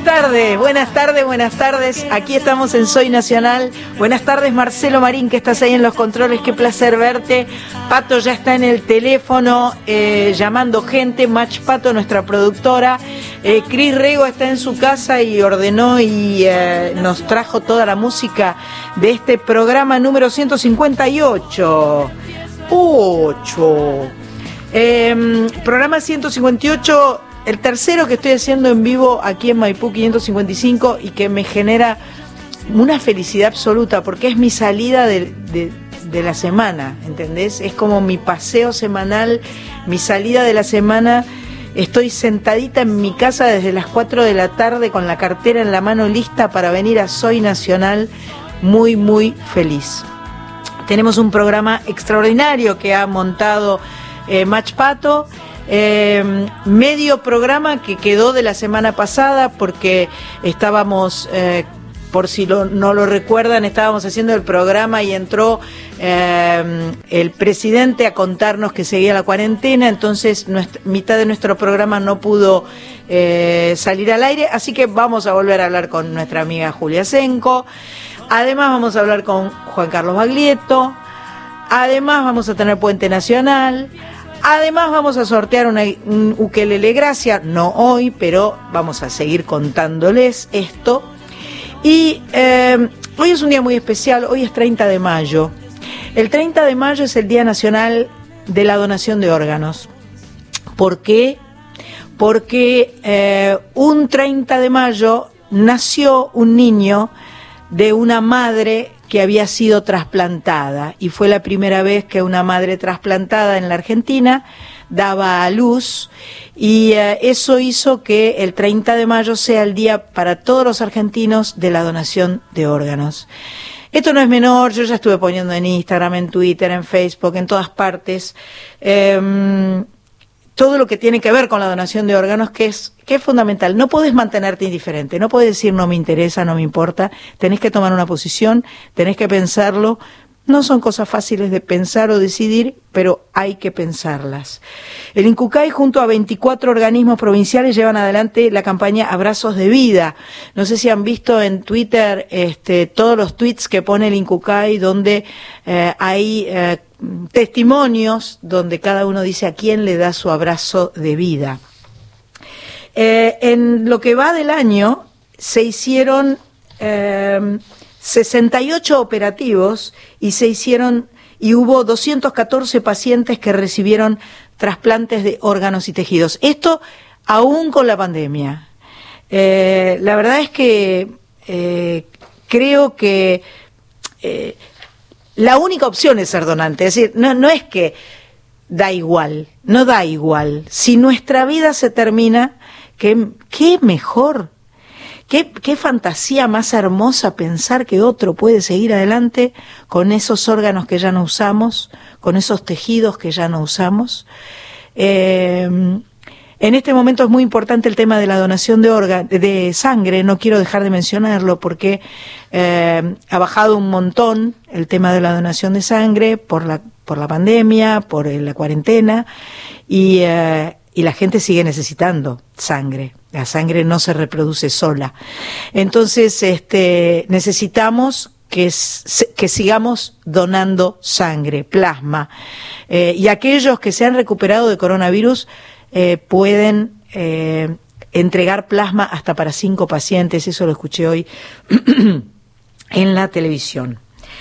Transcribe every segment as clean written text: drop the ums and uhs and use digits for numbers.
buenas tardes, buenas tardes. Aquí estamos en Soy Nacional. Buenas tardes, Marcelo Marín, que estás ahí en los controles. Qué placer verte. Pato ya está en el teléfono llamando gente. Mach Pato, nuestra productora. Cris Rego está en su casa y ordenó y nos trajo toda la música de este programa número 158. Programa 158. El tercero que estoy haciendo en vivo aquí en Maipú 555 y que me genera una felicidad absoluta porque es mi salida de la semana, ¿entendés? Es como mi paseo semanal, mi salida de la semana. Estoy sentadita en mi casa desde las 4 de la tarde con la cartera en la mano lista para venir a Soy Nacional, muy, muy feliz. Tenemos un programa extraordinario que ha montado Mach Pato. Medio programa que quedó de la semana pasada porque estábamos, por si no lo recuerdan, estábamos haciendo el programa y entró el presidente a contarnos que seguía la cuarentena, entonces mitad de nuestro programa no pudo salir al aire, así que vamos a volver a hablar con nuestra amiga Julia Senco. Además vamos a hablar con Juan Carlos Baglietto, además vamos a tener Puente Nacional. Además vamos a sortear un ukelele Gracia, no hoy, pero vamos a seguir contándoles esto. Y hoy es un día muy especial, hoy es 30 de mayo. El 30 de mayo es el Día Nacional de la Donación de Órganos. ¿Por qué? Porque un 30 de mayo nació un niño de una madre que había sido trasplantada y fue la primera vez que una madre trasplantada en la Argentina daba a luz y eso hizo que el 30 de mayo sea el día para todos los argentinos de la donación de órganos. Esto no es menor, yo ya estuve poniendo en Instagram, en Twitter, en Facebook, en todas partes, todo lo que tiene que ver con la donación de órganos, que es fundamental. No podés mantenerte indiferente, no podés decir no me interesa, no me importa, tenés que tomar una posición, tenés que pensarlo. No son cosas fáciles de pensar o decidir, pero hay que pensarlas. El INCUCAI junto a 24 organismos provinciales llevan adelante la campaña Abrazos de Vida. No sé si han visto en Twitter todos los tweets que pone el INCUCAI donde hay testimonios donde cada uno dice a quién le da su abrazo de vida. En lo que va del año se hicieron 68 operativos y hubo 214 pacientes que recibieron trasplantes de órganos y tejidos. Esto aún con la pandemia. La verdad es que creo que la única opción es ser donante. Es decir, no es que da igual, no da igual. Si nuestra vida se termina, ¿qué mejor? ¿Qué fantasía más hermosa pensar que otro puede seguir adelante con esos órganos que ya no usamos, con esos tejidos que ya no usamos? En este momento es muy importante el tema de la donación de sangre, no quiero dejar de mencionarlo porque ha bajado un montón el tema de la donación de sangre por la pandemia, por la cuarentena y la gente sigue necesitando sangre. La sangre no se reproduce sola. Entonces, necesitamos que sigamos donando sangre, plasma. Y aquellos que se han recuperado de coronavirus pueden entregar plasma hasta para 5 pacientes. Eso lo escuché hoy en la televisión.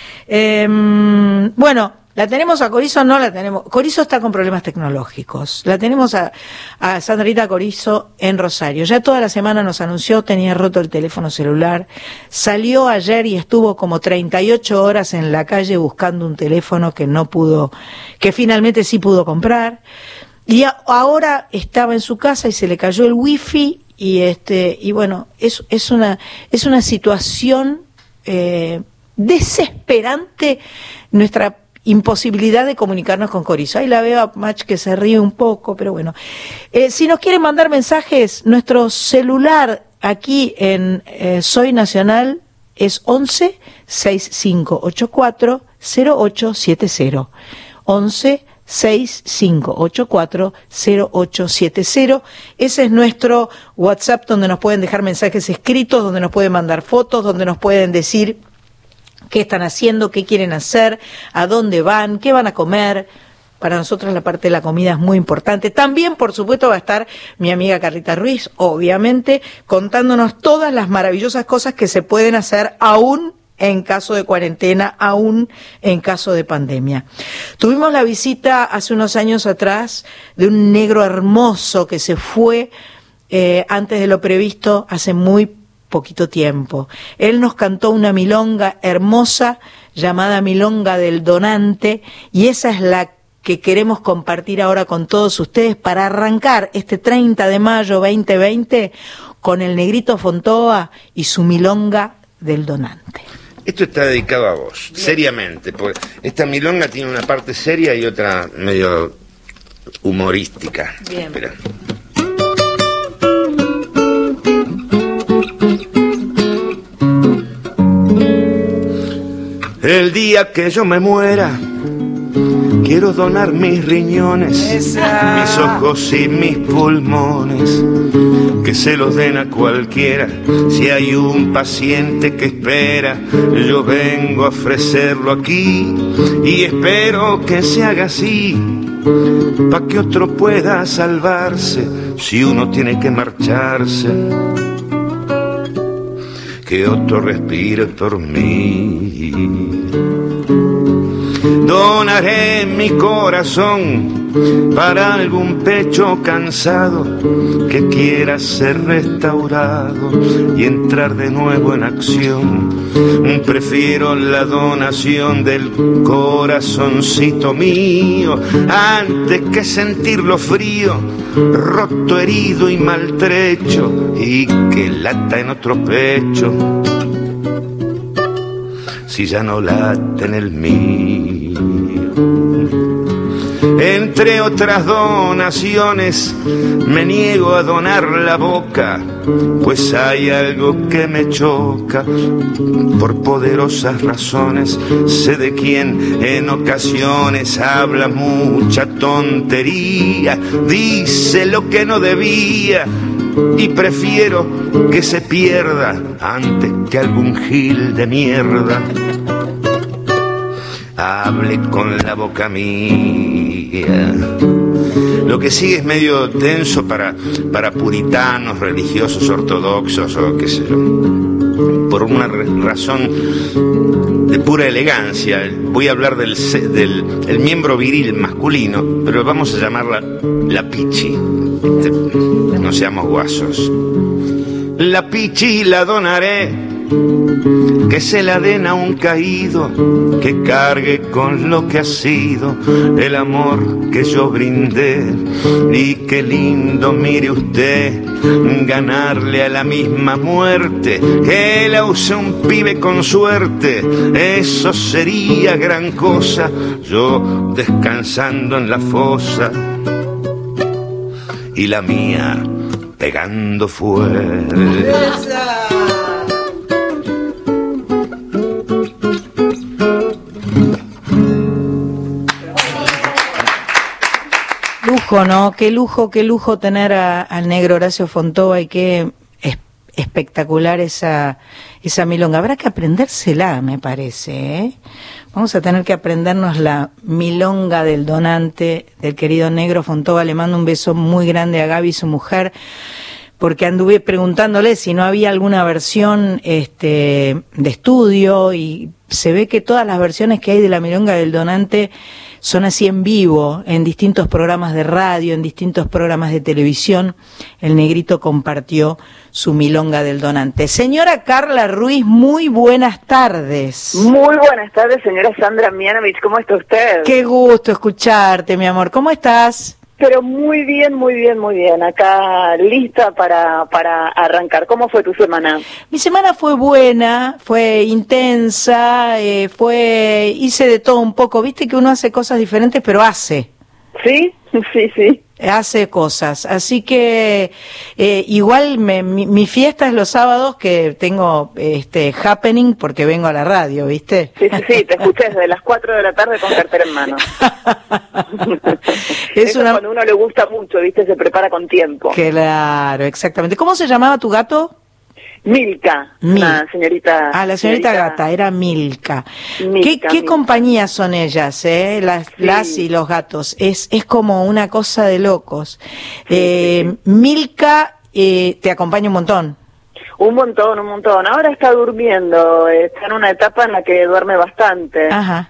Bueno, ¿la tenemos a Corizo? No la tenemos. Corizo está con problemas tecnológicos. La tenemos a Sandrita Corizo en Rosario. Ya toda la semana nos anunció, tenía roto el teléfono celular. Salió ayer y estuvo como 38 horas en la calle buscando un teléfono que finalmente sí pudo comprar. Y ahora estaba en su casa y se le cayó el wifi y bueno, es una situación desesperante nuestra imposibilidad de comunicarnos con Corizo. Ahí la veo a Mach que se ríe un poco, pero bueno. Si nos quieren mandar mensajes, nuestro celular aquí en Soy Nacional es 11 6584 0870. 11 6584-0870. Ese es nuestro WhatsApp, donde nos pueden dejar mensajes escritos, donde nos pueden mandar fotos, donde nos pueden decir qué están haciendo, qué quieren hacer, a dónde van, qué van a comer. Para nosotros la parte de la comida es muy importante. También, por supuesto, va a estar mi amiga Carlita Ruiz, obviamente, contándonos todas las maravillosas cosas que se pueden hacer aún en caso de cuarentena, aún en caso de pandemia. Tuvimos la visita hace unos años atrás de un negro hermoso que se fue antes de lo previsto hace muy poquito tiempo. Él nos cantó una milonga hermosa llamada Milonga del Donante, y esa es la que queremos compartir ahora con todos ustedes para arrancar este 30 de mayo 2020 con el Negrito Fontova y su Milonga del Donante. Esto está dedicado a vos, bien, seriamente, porque esta milonga tiene una parte seria y otra medio humorística. Bien. Espera. El día que yo me muera, quiero donar mis riñones, mis ojos y mis pulmones, que se los den a cualquiera. Si hay un paciente que espera, yo vengo a ofrecerlo aquí, y espero que se haga así, pa' que otro pueda salvarse si uno tiene que marcharse. Que otro respire por mí. Donaré mi corazón para algún pecho cansado que quiera ser restaurado y entrar de nuevo en acción. Prefiero la donación del corazoncito mío antes que sentirlo frío, roto, herido y maltrecho, y que lata en otro pecho si ya no late en el mío. Entre otras donaciones, me niego a donar la boca, pues hay algo que me choca. Por poderosas razones, sé de quién en ocasiones habla mucha tontería, dice lo que no debía, y prefiero que se pierda antes que algún gil de mierda hable con la boca mía. Lo que sigue es medio tenso para puritanos, religiosos, ortodoxos o qué sé yo. Por una razón de pura elegancia, voy a hablar del miembro viril masculino, pero vamos a llamarla la pichi. No seamos guasos. La pichi la donaré, que se la den a un caído, que cargue con lo que ha sido el amor que yo brindé. Y qué lindo, mire usted, ganarle a la misma muerte, que la use un pibe con suerte, eso sería gran cosa, yo descansando en la fosa y la mía pegando fuerte. Lujo, ¿no? Qué lujo tener al negro Horacio Fontova, y qué espectacular esa milonga. Habrá que aprendérsela, me parece, ¿eh? Vamos a tener que aprendernos la Milonga del Donante del querido negro Fontova. Le mando un beso muy grande a Gaby, su mujer, porque anduve preguntándole si no había alguna versión de estudio, y se ve que todas las versiones que hay de la Milonga del Donante son así en vivo, en distintos programas de radio, en distintos programas de televisión. El negrito compartió su Milonga del Donante. Señora Carla Ruiz, muy buenas tardes. Muy buenas tardes, señora Sandra Mianovich, ¿cómo está usted? Qué gusto escucharte, mi amor. ¿Cómo estás? Pero muy bien, muy bien, muy bien. Acá lista para arrancar. ¿Cómo fue tu semana? Mi semana fue buena, fue intensa, hice de todo un poco. Viste que uno hace cosas diferentes, pero hace. ¿Sí? Sí, sí. Hace cosas, así que igual mi fiesta es los sábados que tengo happening porque vengo a la radio, ¿viste? Sí, te escuché desde las 4 de la tarde con cartera en mano. Eso cuando uno le gusta mucho, ¿viste? Se prepara con tiempo. Claro, exactamente. ¿Cómo se llamaba tu gato? Milka, una señorita. Ah, la señorita gata, era Milka. ¿Qué compañías son ellas, las y los gatos? Es como una cosa de locos. Sí. Milka te acompaña un montón. Un montón. Ahora está durmiendo, está en una etapa en la que duerme bastante. Ajá.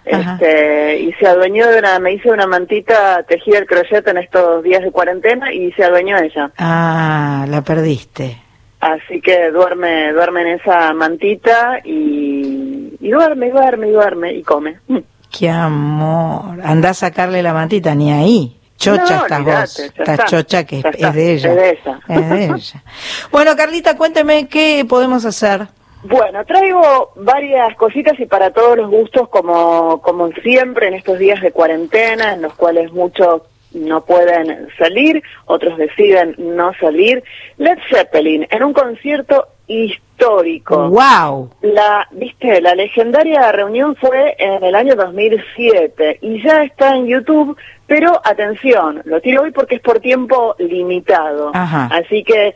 Y se adueñó me hice una mantita tejida el crochet en estos días de cuarentena y se adueñó ella. Ah, la perdiste. Así que duerme en esa mantita y duerme y come. ¡Qué amor! Andá a sacarle la mantita, ni ahí. Chocha estás vos. Estás chocha que es de ella. Es de ella. Bueno, Carlita, cuénteme qué podemos hacer. Bueno, traigo varias cositas y para todos los gustos, como siempre en estos días de cuarentena, en los cuales muchos no pueden salir, otros deciden no salir. Led Zeppelin en un concierto histórico. ¡Wow! La legendaria reunión fue en el año 2007 y ya está en YouTube, pero atención, lo tiro hoy porque es por tiempo limitado. Ajá. Así que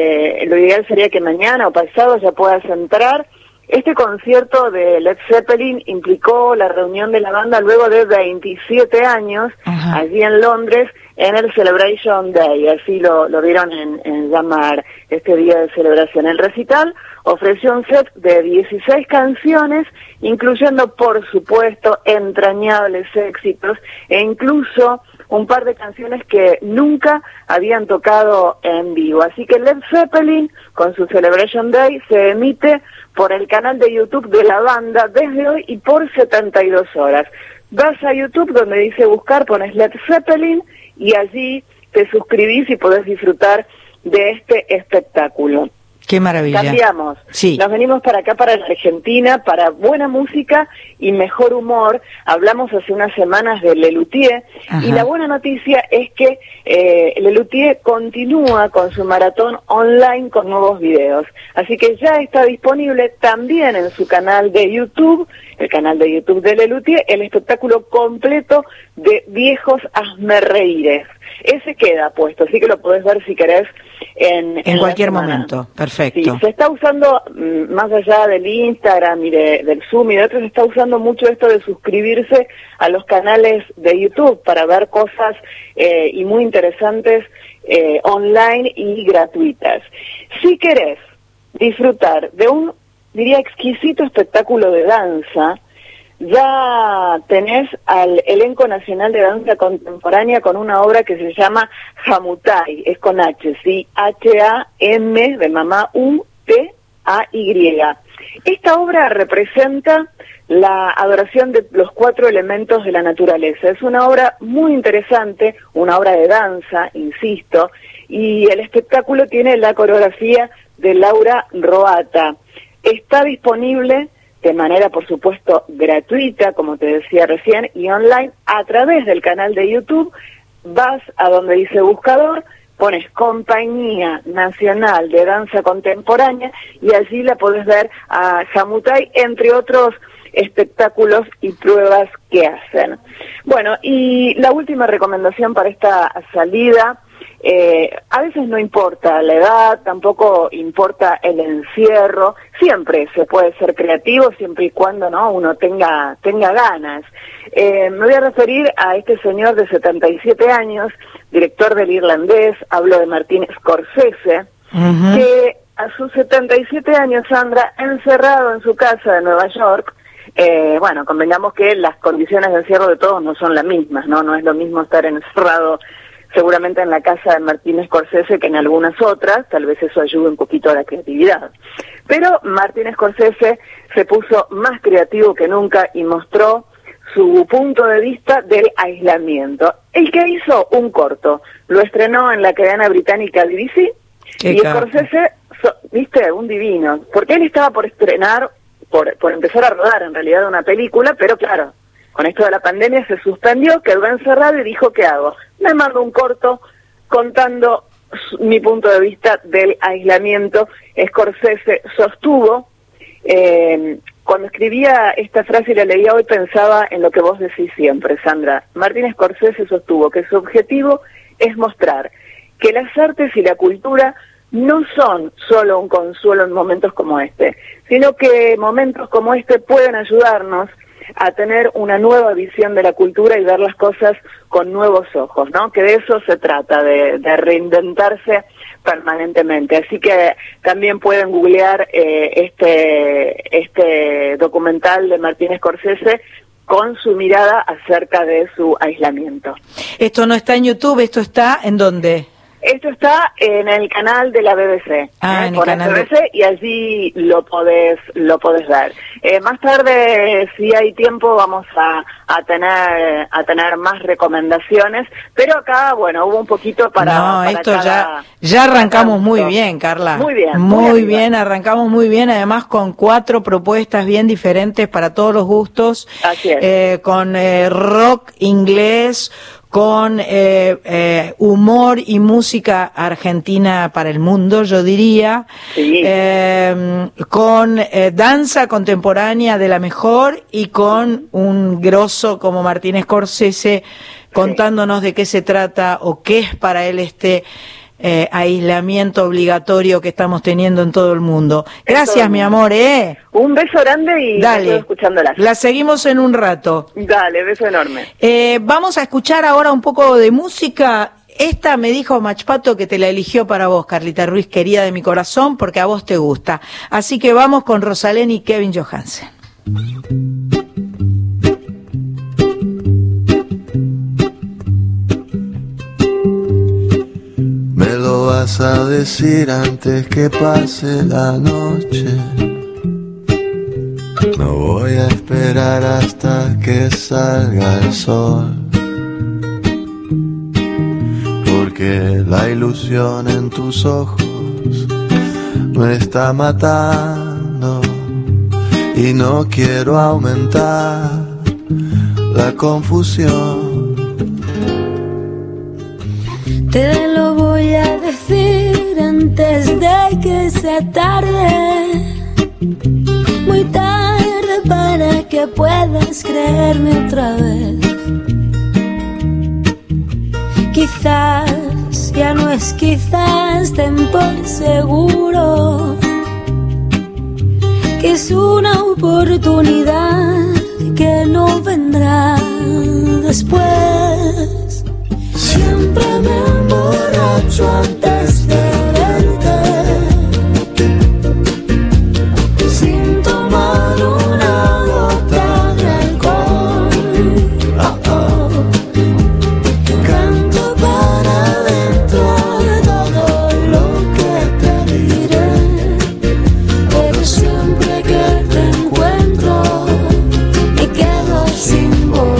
lo ideal sería que mañana o pasado ya puedas entrar. Este concierto de Led Zeppelin implicó la reunión de la banda luego de 27 años. Ajá. Allí en Londres en el Celebration Day, así lo dieron en llamar este día de celebración. El recital ofreció un set de 16 canciones, incluyendo por supuesto entrañables éxitos e incluso un par de canciones que nunca habían tocado en vivo. Así que Led Zeppelin, con su Celebration Day, se emite por el canal de YouTube de la banda desde hoy y por 72 horas. Vas a YouTube donde dice buscar, pones Led Zeppelin y allí te suscribís y podés disfrutar de este espectáculo. Qué maravilla. Cambiamos. Sí. Nos venimos para acá, para la Argentina, para buena música y mejor humor. Hablamos hace unas semanas de Lelutier. Ajá. Y la buena noticia es que Lelutier continúa con su maratón online con nuevos videos. Así que ya está disponible también en su canal de YouTube, el canal de YouTube de Lelutier, el espectáculo completo de Viejos Hazmerreíres. Ese queda puesto, así que lo podés ver si querés en cualquier momento. Perfecto. Sí, se está usando, más allá del Instagram y del Zoom y de otros, se está usando mucho esto de suscribirse a los canales de YouTube para ver cosas y muy interesantes online y gratuitas. Si querés disfrutar de un, diría, exquisito espectáculo de danza, ya tenés al elenco nacional de danza contemporánea con una obra que se llama Hamutai, es con H, ¿sí? H-A-M de mamá U-T-A-Y. Esta obra representa la adoración de los 4 elementos de la naturaleza. Es una obra muy interesante, una obra de danza, insisto, y el espectáculo tiene la coreografía de Laura Roata. Está disponible de manera, por supuesto, gratuita, como te decía recién, y online, a través del canal de YouTube. Vas a donde dice buscador, pones Compañía Nacional de Danza Contemporánea, y allí la podés ver a Hamutai, entre otros espectáculos y pruebas que hacen. Bueno, y la última recomendación para esta salida, a veces no importa la edad, tampoco importa el encierro, siempre se puede ser creativo, siempre y cuando no uno tenga ganas. Me voy a referir a este señor de 77 años, director del Irlandés, hablo de Martin Scorsese, que a sus 77 años, Sandra, encerrado en su casa de Nueva York. Bueno, convengamos que las condiciones de encierro de todos no son las mismas, ¿no? No es lo mismo estar encerrado seguramente en la casa de Martin Scorsese que en algunas otras, tal vez eso ayude un poquito a la creatividad. Pero Martin Scorsese se puso más creativo que nunca y mostró su punto de vista del aislamiento. El que hizo un corto, lo estrenó en la cadena británica BBC, y Scorsese, viste, un divino, porque él estaba por estrenar, por empezar a rodar en realidad una película, pero claro, con esto de la pandemia se suspendió, quedó encerrado y dijo, ¿qué hago? Me mando un corto contando mi punto de vista del aislamiento. Scorsese sostuvo, cuando escribía esta frase y la leía hoy pensaba en lo que vos decís siempre, Sandra. Martín Scorsese sostuvo que su objetivo es mostrar que las artes y la cultura no son solo un consuelo en momentos como este, sino que momentos como este pueden ayudarnos a tener una nueva visión de la cultura y ver las cosas con nuevos ojos, ¿no? Que de eso se trata, de reinventarse permanentemente. Así que también pueden googlear este documental de Martín Scorsese con su mirada acerca de su aislamiento. Esto no está en YouTube, esto está ¿en dónde? Esto está en el canal de la BBC, en el canal BBC, y allí lo podés ver. Más tarde, si hay tiempo, vamos a tener más recomendaciones, pero acá, bueno, hubo un poquito para esto ya arrancamos muy bien, Carla. Muy bien, arrancamos muy bien, además con 4 propuestas bien diferentes para todos los gustos. Así es. Con rock inglés, con humor y música argentina para el mundo, yo diría, sí. Con danza contemporánea de la mejor y con un grosso como Martín Scorsese contándonos de qué se trata o qué es para él este aislamiento obligatorio que estamos teniendo en todo el mundo. Gracias, mi amor, Un beso grande y dale, escuchándola. La seguimos en un rato. Dale, beso enorme. Vamos a escuchar ahora un poco de música. Esta me dijo Machpato que te la eligió para vos, Carlita Ruiz, querida de mi corazón, porque a vos te gusta. Así que vamos con Rosalén y Kevin Johansen. Me lo vas a decir antes que pase la noche. No voy a esperar hasta que salga el sol, porque la ilusión en tus ojos me está matando y no quiero aumentar la confusión. Te lo voy a decir antes de que sea tarde, muy tarde para que puedas creerme otra vez. Quizás, ya no es quizás, ten por seguro que es una oportunidad que no vendrá después. Siempre me emborracho antes de verte, sin tomar una gota de alcohol. Canto para adentro de todo lo que te diré, pero siempre que te encuentro me quedo sin voz.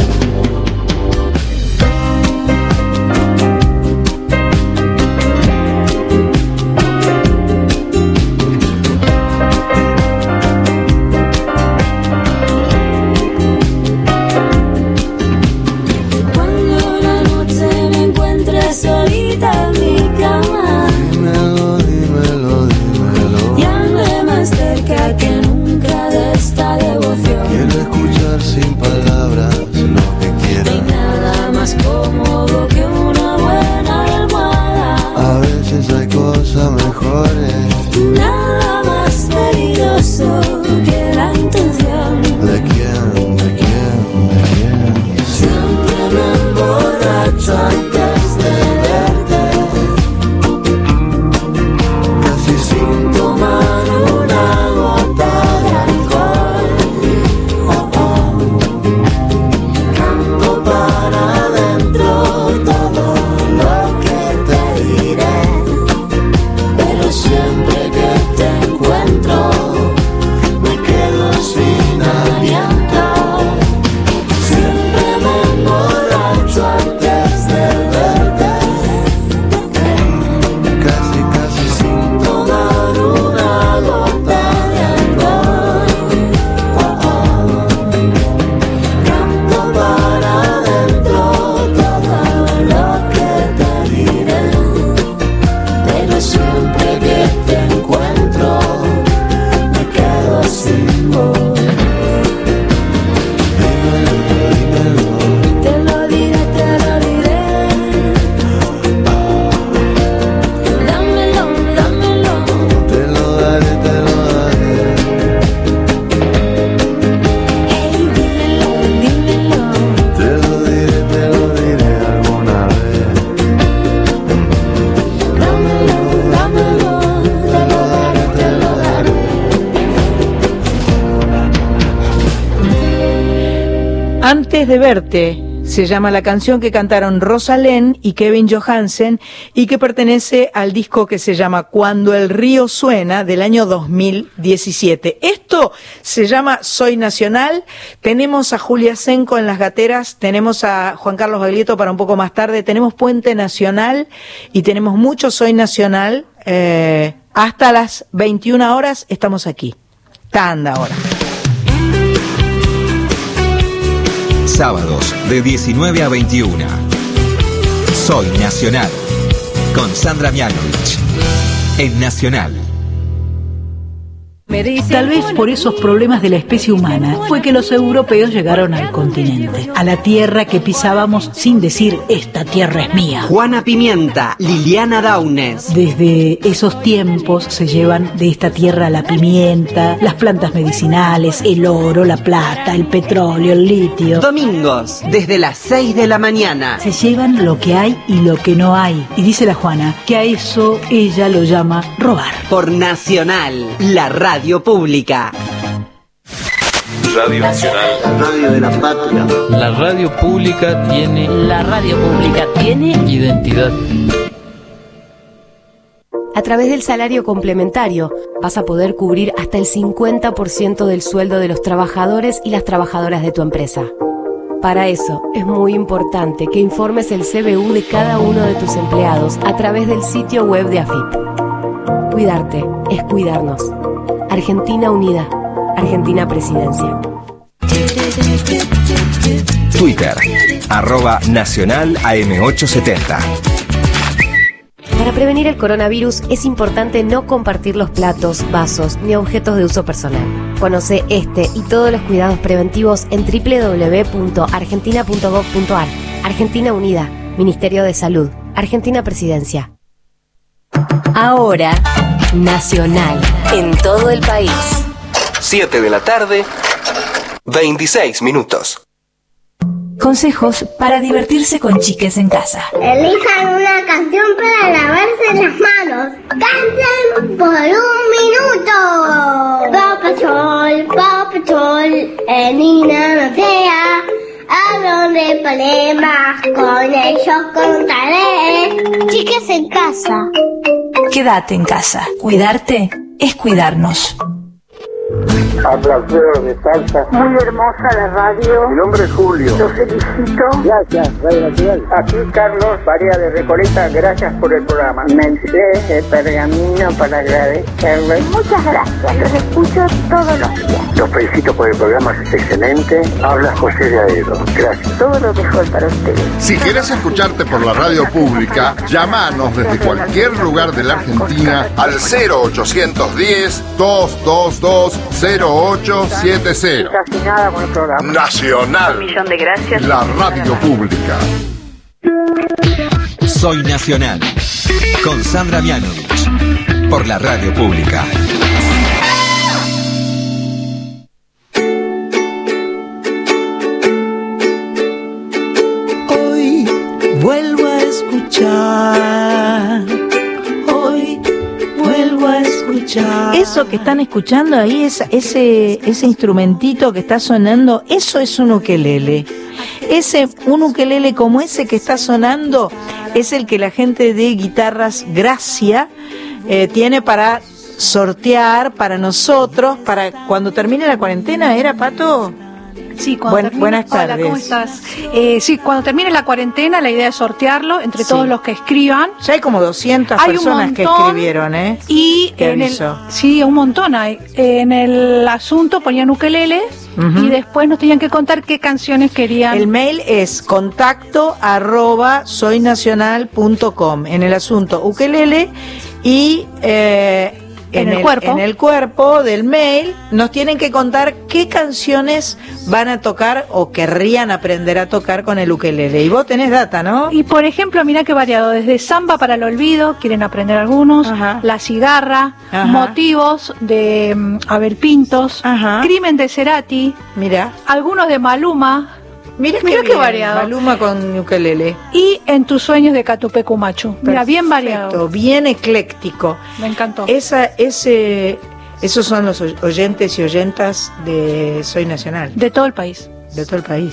Solita en mi cama, Dímelo, ya ande más cerca que nunca de esta devoción. quiero escuchar sin palabras lo que No hay quieras. nada más cómodo que una buena almohada, A veces hay cosas mejores. nada más peligroso que la intención. ¿De quién? Siempre me emborracho antes de verte, Casi sin tomar una gota de alcohol. Canto para adentro Antes de verte se llama la canción que cantaron Rosalén y Kevin Johansen y que pertenece al disco que se llama Cuando el río suena, del año 2017. Esto se llama Soy Nacional. Tenemos a Julia Senco en las gateras, tenemos a Juan Carlos Baglietto para un poco más tarde, tenemos Puente Nacional y tenemos mucho Soy Nacional. Hasta las 21 horas estamos aquí. Tanda ahora. Sábados de 19 a 21. Soy Nacional. Con Sandra Mianovich. En Nacional. Tal vez por esos problemas de la especie humana fue que los europeos llegaron al continente, a la tierra que pisábamos sin decir esta tierra es mía. Juana Pimienta, Liliana Daunes. Desde esos tiempos se llevan de esta tierra la pimienta, las plantas medicinales, el oro, la plata, el petróleo, el litio. Domingos, desde las 6 de la mañana. Se llevan lo que hay y lo que no hay. Y dice la Juana que a eso ella lo llama robar. Por Nacional, la radio pública. Radio Nacional. La radio de la patria. La radio pública tiene... La radio pública tiene... identidad. A través del salario complementario vas a poder cubrir hasta el 50% del sueldo de los trabajadores y las trabajadoras de tu empresa. Para eso es muy importante que informes el CBU de cada uno de tus empleados a través del sitio web de AFIP. Cuidarte es cuidarnos. Argentina Unida. Argentina Presidencia. Twitter, @NacionalAM870. Para prevenir el coronavirus es importante no compartir los platos, vasos ni objetos de uso personal. Conoce este y todos los cuidados preventivos en www.argentina.gov.ar. Argentina Unida. Ministerio de Salud. Argentina Presidencia. Ahora, Nacional, en todo el país. 7 de la tarde, 26 minutos. Consejos para divertirse con chiques en casa. Elijan una canción para lavarse las manos. ¡Canten por un minuto! Paw Patrol, el niño no sea. Hablo de problemas, con ellos contaré. Chiques en casa. Quédate en casa. Cuidarte es cuidarnos. Habla Alfredo de Salsa. Muy hermosa la radio. Mi nombre es Julio. Los felicito. Gracias, Radio Nacional. Aquí Carlos Barea de Recoleta. Gracias por el programa. Mensajes de pergamino para agradecerles. Muchas gracias. Los escucho todos los días. Los felicito por el programa, es excelente. Habla José de Aedo. Gracias. Todo lo mejor para ustedes. Si querés escucharte por la radio pública, llamanos desde cualquier lugar de la Argentina al 0810-222-0870. Casi nada con el programa. Nacional. Un millón de gracias. La radio pública. Soy Nacional. Con Sandra Mianovich. Por la radio pública. Hoy vuelvo a escuchar. Hoy vuelvo a escuchar. Eso que están escuchando ahí, ese instrumentito que está sonando, eso es un ukelele. Un ukelele como ese que está sonando es el que la gente de Guitarras Gracia tiene para sortear para nosotros, para cuando termine la cuarentena, ¿era, Pato? Sí, buenas tardes. Hola, ¿cómo estás? Sí, cuando termine la cuarentena, la idea es sortearlo entre todos los que escriban. Ya hay como 200 personas que escribieron, ¿eh? Y sí, un montón hay. En el asunto ponían ukelele y después nos tenían que contar qué canciones querían. El mail es contacto@soynacional.com. En el asunto ukelele y en el cuerpo del mail nos tienen que contar qué canciones van a tocar o querrían aprender a tocar con el ukelele. Y vos tenés data, ¿no? Y por ejemplo, mirá qué variado, desde Samba para el Olvido, quieren aprender algunos, La Cigarra, Motivos de Abel Pintos, Crimen de Cerati, mirá, algunos de Maluma. Mirá qué variado. Maluma con ukelele. Y En tus sueños de Catupecu Machu. Mira, bien variado. Bien ecléctico. Me encantó. Esos son los oyentes y oyentas de Soy Nacional. De todo el país. De todo el país.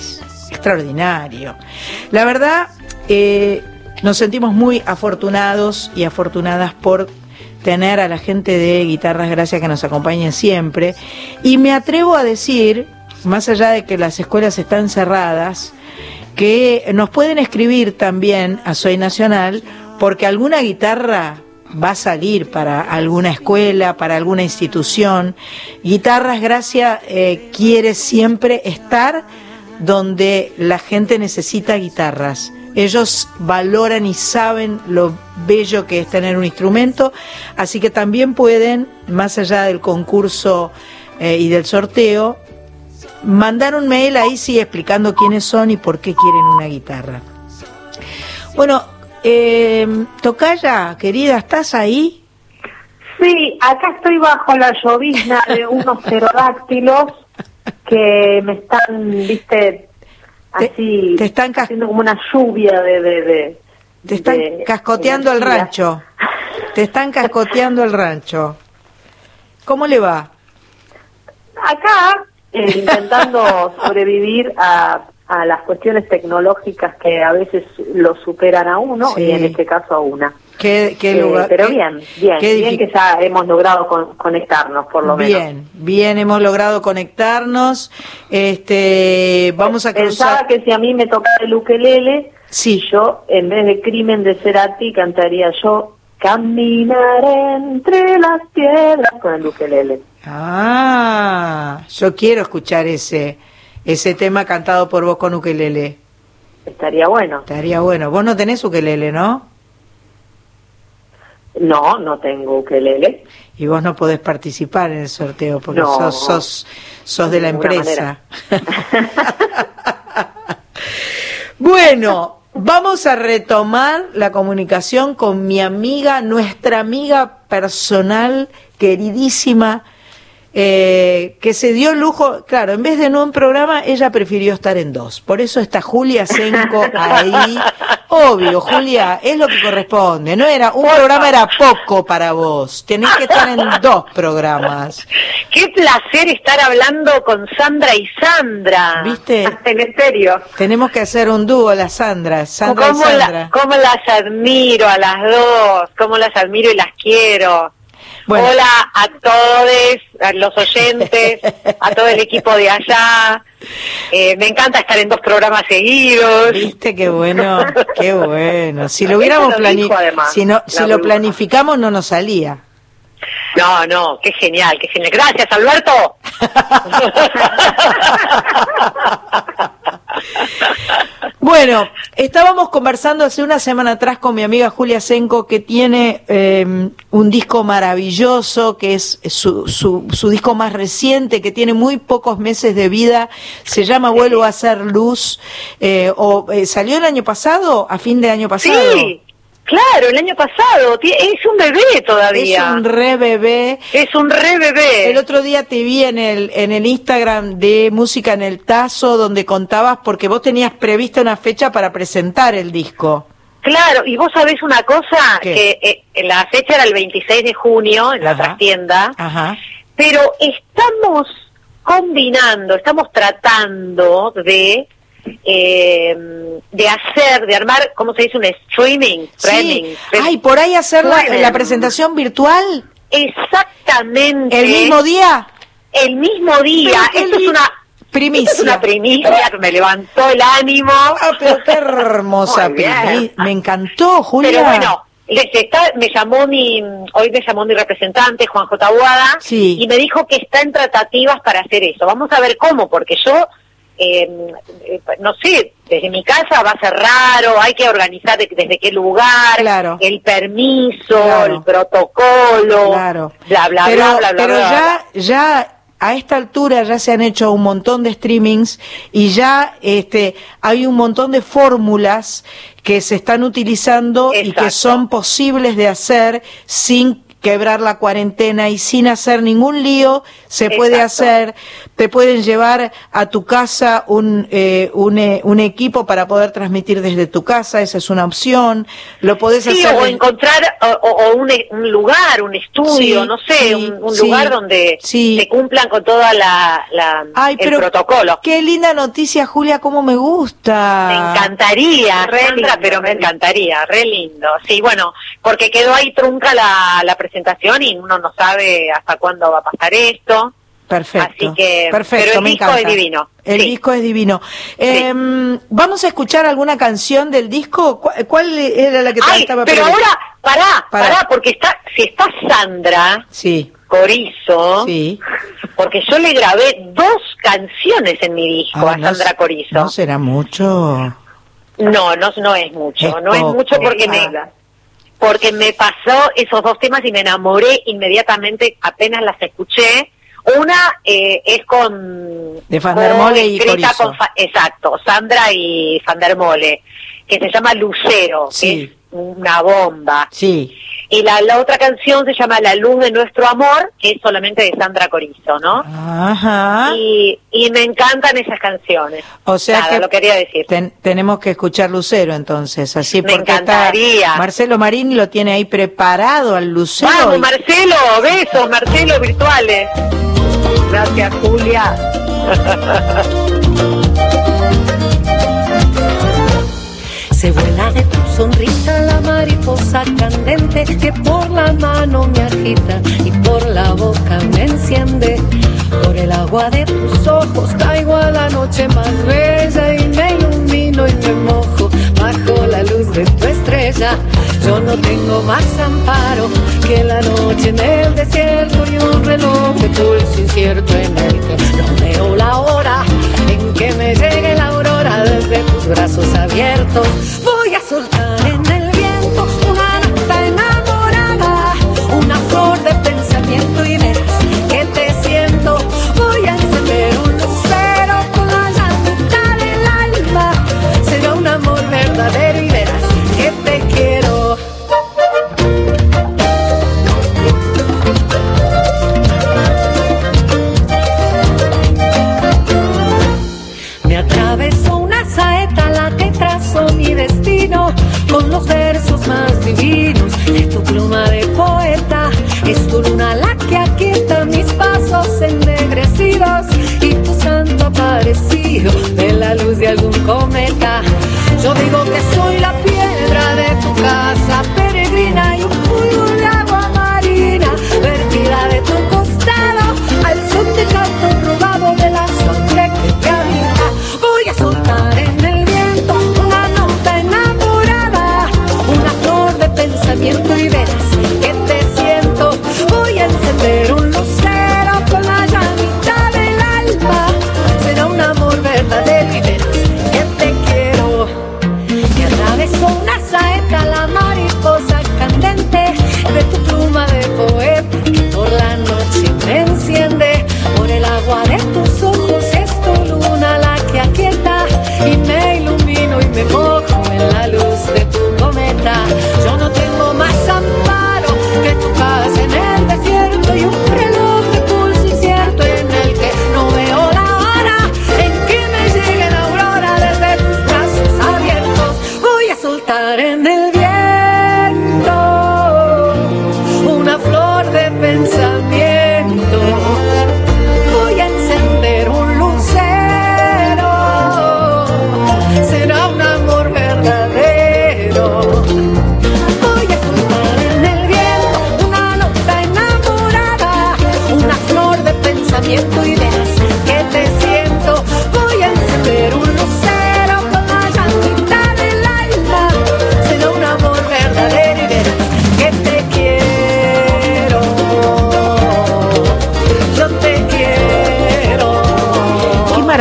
extraordinario. La verdad, nos sentimos muy afortunados y afortunadas por tener a la gente de Guitarras Gracia que nos acompañen siempre. Y me atrevo a decir, más allá de que las escuelas están cerradas, que nos pueden escribir también a Soy Nacional, porque alguna guitarra va a salir para alguna escuela, para alguna institución. Guitarras Gracia quiere siempre estar donde la gente necesita guitarras. Ellos valoran y saben lo bello que es tener un instrumento, así que también pueden, más allá del concurso y del sorteo, mandar un mail ahí sí explicando quiénes son y por qué quieren una guitarra. Bueno, Tocaya, querida, ¿estás ahí? Sí, acá estoy bajo la llovizna de unos pterodáctilos que me están, viste, así, te están haciendo como una lluvia te están cascoteando el rancho. Te están cascoteando el rancho. ¿Cómo le va? Acá, intentando sobrevivir a las cuestiones tecnológicas que a veces lo superan a uno, sí, y en este caso a una. ¿Qué lugar? Pero bien que ya hemos logrado conectarnos, por lo menos. Bien, hemos logrado conectarnos. Vamos a cruzar. Pensaba que si a mí me tocaba el ukelele, sí, yo, en vez de Crimen de Cerati, cantaría yo Caminar entre las piedras con el ukelele. Yo quiero escuchar ese tema cantado por vos con ukelele. Estaría bueno. Vos no tenés ukelele, ¿no? No tengo ukelele. Y vos no podés participar en el sorteo porque sos de la empresa. Bueno, vamos a retomar la comunicación con mi amiga, nuestra amiga personal, queridísima, que se dio el lujo, claro, en vez de no un programa, ella prefirió estar en dos. Por eso está Julia Senko ahí. Obvio, Julia, es lo que corresponde. No era un programa, era poco para vos. Tenés que estar en dos programas. Qué placer estar hablando con Sandra y Sandra. ¿Viste? En serio. Tenemos que hacer un dúo, Sandra y Sandra. Cómo las admiro a las dos, cómo las admiro y las quiero. Bueno. Hola a todos, a los oyentes, a todo el equipo de allá. Me encanta estar en dos programas seguidos. Viste, qué bueno, qué bueno. Si lo hubiéramos si lo planificamos no nos salía. No, qué genial. Gracias, Alberto. Bueno, estábamos conversando hace una semana atrás con mi amiga Julia Senko, que tiene un disco maravilloso, que es su disco más reciente, que tiene muy pocos meses de vida, se llama Vuelvo a Hacer Luz, ¿salió el año pasado, a fin de año pasado? Sí. Claro, el año pasado, es un bebé todavía. Es un re bebé. El otro día te vi en el Instagram de Música en el Tazo, donde contabas, porque vos tenías prevista una fecha para presentar el disco. Claro, y vos sabés una cosa, que la fecha era el 26 de junio en la trastienda, pero estamos tratando de armar, ¿cómo se dice? Un streaming. Ay, por ahí hacer la presentación virtual. Exactamente. ¿El mismo día? Esto es una primicia. Es una primicia que me levantó el ánimo. Pero qué hermosa primicia. Me encantó, Julia. Pero bueno, hoy me llamó mi representante, Juan J. Aguada, y me dijo que está en tratativas para hacer eso. Vamos a ver cómo, porque yo no sé, desde mi casa va a ser raro, hay que organizar desde qué lugar, el permiso, el protocolo, bla, bla, bla. Pero ya a esta altura ya se han hecho un montón de streamings y ya hay un montón de fórmulas que se están utilizando y que son posibles de hacer sin quebrar la cuarentena y sin hacer ningún lío se puede hacer. Te pueden llevar a tu casa un equipo para poder transmitir desde tu casa, esa es una opción. Lo podés hacer. O encontrar un lugar, un estudio, no sé, un lugar donde se cumplan con toda el protocolo. Qué linda noticia, Julia, cómo me gusta. Me encantaría, Sandra, pero me encantaría, re lindo. Sí, bueno, porque quedó ahí trunca la presentación y uno no sabe hasta cuándo va a pasar esto. Perfecto. Así que, perfecto, pero el disco es divino. El disco es divino. ¿Vamos a escuchar alguna canción del disco? ¿Cuál era la que te estaba pero ahora, pará, porque si está Sandra Corizo, porque yo le grabé 2 canciones en mi disco a Sandra Corizo. ¿No será mucho? No es mucho. No es mucho porque me pasó esos 2 temas y me enamoré inmediatamente apenas las escuché. Una es de Van der Mole y Corizo. Exacto, Sandra y Van der Mole, que se llama Lucero, que es una bomba. Sí. Y la otra canción se llama La luz de nuestro amor, que es solamente de Sandra Corizo, ¿no? Ajá. Y me encantan esas canciones. O sea que lo quería decir. Tenemos que escuchar Lucero entonces, así me encantaría. Marcelo Marini lo tiene ahí preparado al Lucero. Vamos, Marcelo, besos, Marcelo virtuales. Gracias, Julia. Se vuela de tu sonrisa la mariposa candente que por la mano me agita y por la boca me enciende. Por el agua de tus ojos caigo a la noche más bella y me ilumino y me mojo bajo la luz de tu estrella. Yo no tengo más amparo que la noche en el desierto y un reloj de pulso incierto en el que no veo la hora en que me llegue la aurora desde tus brazos abiertos. Voy a soltar en el viento una nota enamorada, una flor de pensamiento y verás que te siento. Voy a encender un lucero con la llamita del alma, será un amor verdadero y verás que te quiero. Me atravesó una saeta la que trazó mi destino con los versos más divinos de tu pluma de poeta. Es tu luna la que aquieta mis pasos ennegrecidos y tu santo aparecido de la luz de algún cometa. Yo digo que soy la piedra de tu casa peregrina y un polvo de agua marina vertida de tu costado al son de canto robado de la sangre que te habita. Voy a soltar en el viento una nota enamorada, una flor de pensamiento y verás que te siento. Voy a encender un lucero con la llamita del alma, será un amor verdadero y verás que te quiero. Me atravesó una saeta la mariposa candente de tu pluma de poeta que por la noche me enciende. Por el agua de tus ojos es tu luna la que aquieta y me ilumino y me mojo en la luz de tu cometa. Yo no tengo más amparo que tu casa en el desierto y un reloj de pulso incierto en el que no veo la hora en que me llegue la aurora desde tus brazos abiertos. Voy a soltar en el viento una flor de pensamiento. Voy a encender un lucero, será un amor verdadero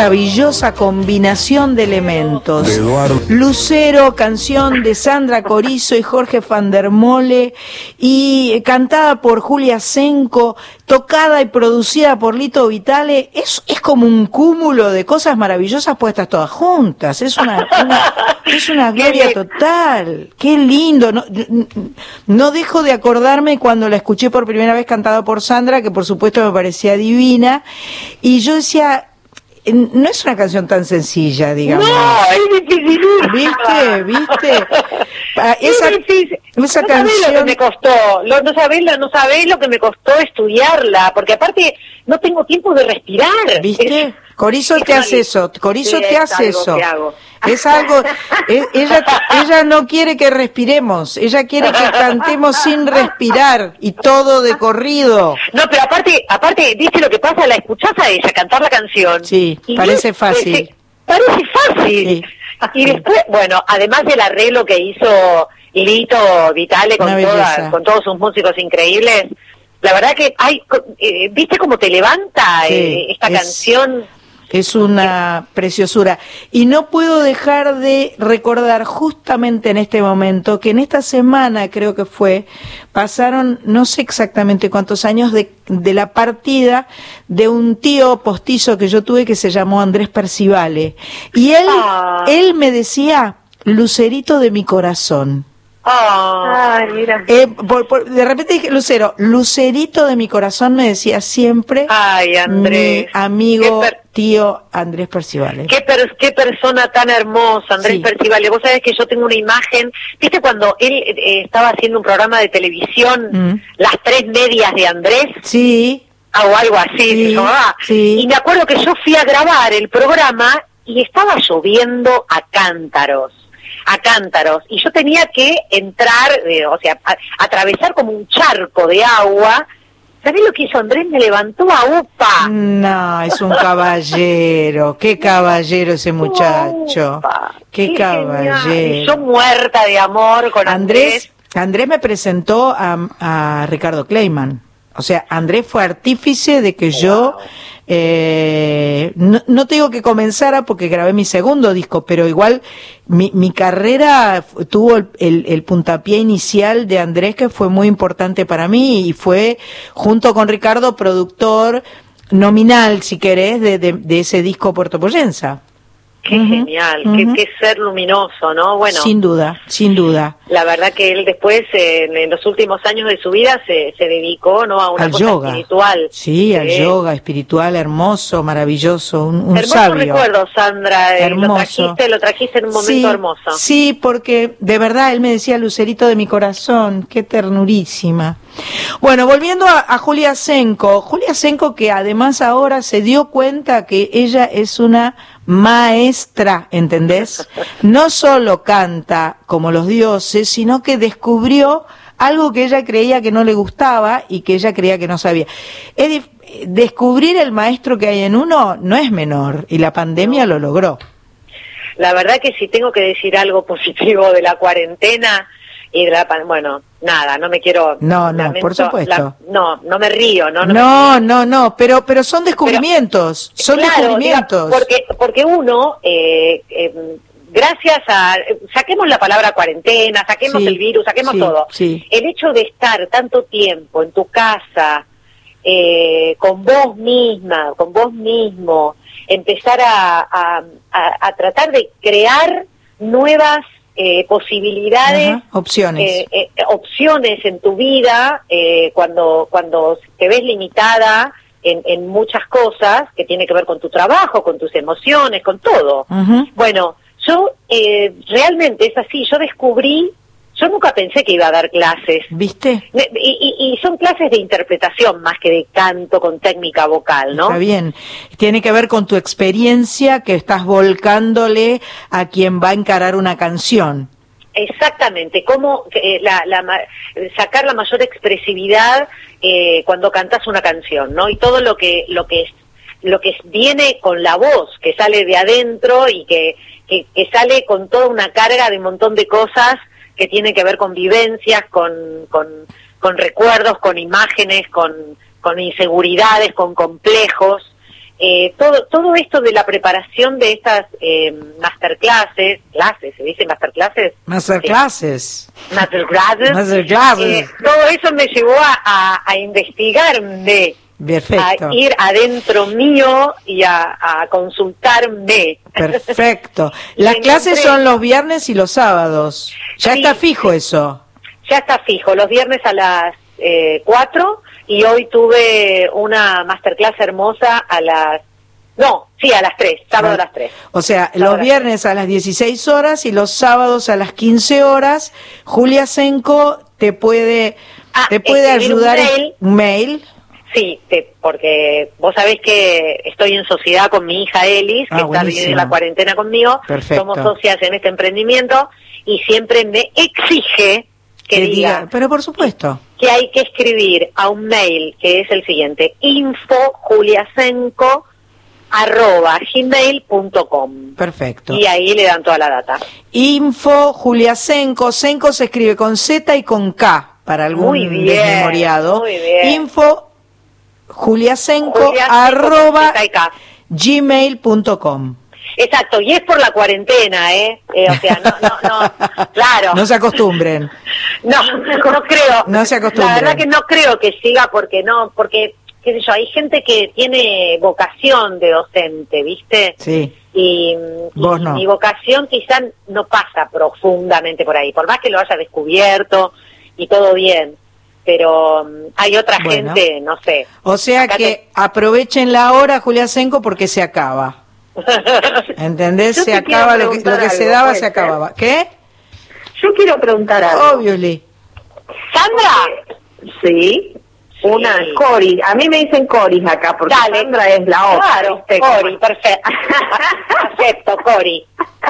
maravillosa combinación de elementos. Lucero, canción de Sandra Corizo y Jorge van der Mole, y cantada por Julia Senko, tocada y producida por Lito Vitale. Es como un cúmulo de cosas maravillosas puestas todas juntas. Es una gloria total. Qué lindo. No dejo de acordarme cuando la escuché por primera vez cantada por Sandra, que por supuesto me parecía divina, y yo decía, no es una canción tan sencilla, digamos. No, es difícil. ¿Viste? Esa canción... sabés lo que me costó, no sabés lo que me costó estudiarla, porque aparte no tengo tiempo de respirar. ¿Viste? Corizo te hace eso, Es algo, ella no quiere que respiremos, ella quiere que cantemos sin respirar y todo de corrido. No, pero aparte, ¿viste lo que pasa? La escuchás a ella cantar la canción. Sí, parece fácil. Parece fácil. Sí. Y después, bueno, además del arreglo que hizo Lito Vitale con todos sus músicos increíbles, la verdad que ¿viste cómo te levanta esta canción? Es una preciosura. Y no puedo dejar de recordar justamente en este momento que en esta semana, creo que pasaron no sé exactamente cuántos años de la partida de un tío postizo que yo tuve que se llamó Andrés Percivale. Y él me decía, Lucerito de mi corazón. Ay, mira. De repente dije, Lucerito de mi corazón, me decía siempre. Ay, Andrés. Mi amigo, tío Andrés Percivale. Qué persona tan hermosa, Andrés Percivale. Vos sabés que yo tengo una imagen, ¿viste cuando él estaba haciendo un programa de televisión, Las Tres Medias de Andrés? Sí. O algo así, y me acuerdo que yo fui a grabar el programa y estaba lloviendo a cántaros, y yo tenía que entrar, atravesar como un charco de agua. ¿Sabés lo que hizo Andrés? Me levantó a UPA. No, es un caballero, qué caballero ese muchacho, qué caballero. Y yo muerta de amor con Andrés. Andrés me presentó a Ricardo Kleiman. O sea, Andrés fue artífice de que yo, no te digo que comenzara porque grabé mi segundo disco, pero igual mi carrera tuvo el puntapié inicial de Andrés, que fue muy importante para mí, y fue, junto con Ricardo, productor nominal, si querés, de ese disco puertopoyensa. Qué genial, qué ser luminoso, ¿no? Bueno, sin duda. La verdad que él después, en los últimos años de su vida, se dedicó, ¿no?, a una cosa yoga espiritual. Sí, al yoga espiritual, hermoso, maravilloso, un hermoso sabio. Recuerdo, Sandra, hermoso. Lo trajiste en un momento hermoso. Sí, porque de verdad él me decía, Lucerito de mi corazón, qué ternurísima. Bueno, volviendo a Julia Senko, que además ahora se dio cuenta que ella es una maestra, ¿entendés? No solo canta como los dioses, sino que descubrió algo que ella creía que no le gustaba y que ella creía que no sabía. Descubrir el maestro que hay en uno no es menor, y la pandemia lo logró. La verdad que si tengo que decir algo positivo de la cuarentena y de bueno, nada, no me quiero... No, por supuesto. No me río, No, pero son descubrimientos, descubrimientos. Porque uno, gracias a... Saquemos la palabra cuarentena, saquemos el virus, saquemos todo. Sí. El hecho de estar tanto tiempo en tu casa, con vos misma, con vos mismo, empezar a tratar de crear nuevas posibilidades, opciones en tu vida, cuando te ves limitada en muchas cosas que tiene que ver con tu trabajo, con tus emociones, con todo. Bueno, yo realmente es así, yo nunca pensé que iba a dar clases. ¿Viste? Y son clases de interpretación más que de canto con técnica vocal, ¿no? Está bien. Tiene que ver con tu experiencia que estás volcándole a quien va a encarar una canción. Exactamente. Cómo sacar la mayor expresividad cuando cantas una canción, ¿no? Y todo lo que viene con la voz, que sale de adentro y que sale con toda una carga de un montón de cosas que tiene que ver con vivencias, con recuerdos, con imágenes, con inseguridades, con complejos. todo esto de la preparación de estas masterclasses, se dice masterclasses, masterclasses, sí. Masterclasses. Todo eso me llevó a investigarme. Perfecto. A ir adentro mío y a consultarme. Perfecto. Las clases son los viernes y los sábados. Ya está fijo eso. Ya está fijo, los viernes a las 4, y hoy tuve una masterclass hermosa a las 3, sábado a las 3. O sea, los viernes a las 16 horas y los sábados a las 15 horas. Julia Senko te puede ayudar un mail. Sí, porque vos sabés que estoy en sociedad con mi hija Elis, que está viviendo la cuarentena conmigo. Perfecto. Somos socias en este emprendimiento y siempre me exige que diga, pero por supuesto, que hay que escribir a un mail que es el siguiente: info.juliasenko@gmail.com. Perfecto. Y ahí le dan toda la data. Info Julia Senko. Senko se escribe con Z y con K para algún desmemoriado. Muy bien. Info juliasenko @gmail.com. Exacto, y es por la cuarentena, o sea, no, claro. No se acostumbren. No creo. No se acostumbren. La verdad que no creo que siga, porque qué sé yo, hay gente que tiene vocación de docente, ¿viste? Sí. Y vos no. Mi vocación quizás no pasa profundamente por ahí, por más que lo haya descubierto y todo bien. Pero hay otra gente, no sé. O sea que aprovechen la hora, Julia Senko, porque se acaba. ¿Entendés? Se acaba lo que se daba, se acababa. ¿Qué? Yo quiero preguntar algo. Obviously. ¿Sandra? Sí. Una Cori. A mí me dicen Coris acá, porque Sandra es la otra. Claro, Cori, perfecto. Acepto, Cori.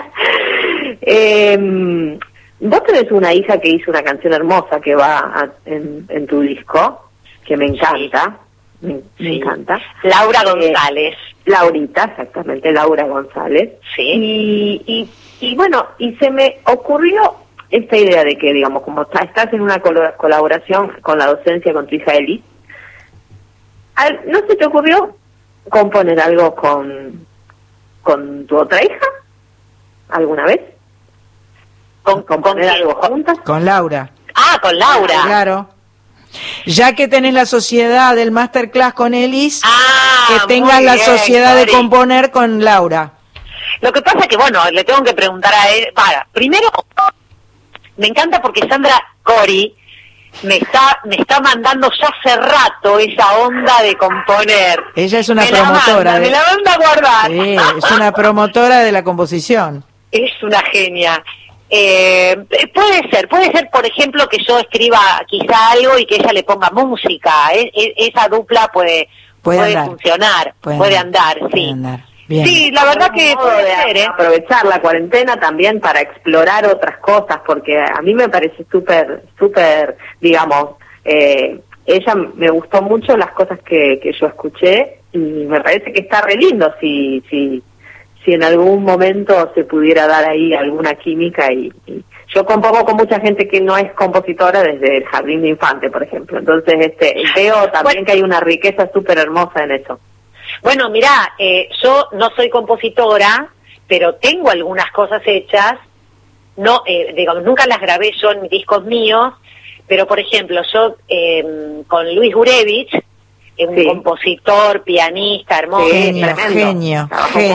Vos tenés una hija que hizo una canción hermosa que va en tu disco, que me encanta. Me encanta. Laura González. Laurita, exactamente, Laura González. Sí. Y bueno, y se me ocurrió esta idea de que, digamos, como estás en una colaboración con la docencia con tu hija Eli, ¿no se te ocurrió componer algo con tu otra hija? ¿Alguna vez? ¿Componer algo juntas? Con Laura. Ah, con Laura. Claro. Ya que tenés la sociedad del masterclass con Elis, que tengas la sociedad de componer con Laura. Lo que pasa es que, bueno, le tengo que preguntar a él. Primero, me encanta porque Sandra Cori me está mandando ya hace rato esa onda de componer. Ella es una promotora. Me la manda a guardar. Sí, es una promotora de la composición. Es una genia. Puede ser, por ejemplo, que yo escriba quizá algo y que ella le ponga música. Esa dupla puede funcionar, puede andar, sí. Bien. Sí, la verdad que puede ser, aprovechar la cuarentena también para explorar otras cosas, porque a mí me parece súper, digamos, ella me gustó mucho las cosas que yo escuché, y me parece que está re lindo si en algún momento se pudiera dar ahí alguna química, y yo compongo con mucha gente que no es compositora desde el jardín de infante, por ejemplo, entonces veo también que hay una riqueza súper hermosa en eso. Bueno, mirá, yo no soy compositora, pero tengo algunas cosas hechas, no, digamos, nunca las grabé yo en discos míos, pero por ejemplo, yo con Luis Gurevich, un compositor, pianista, hermoso, genio.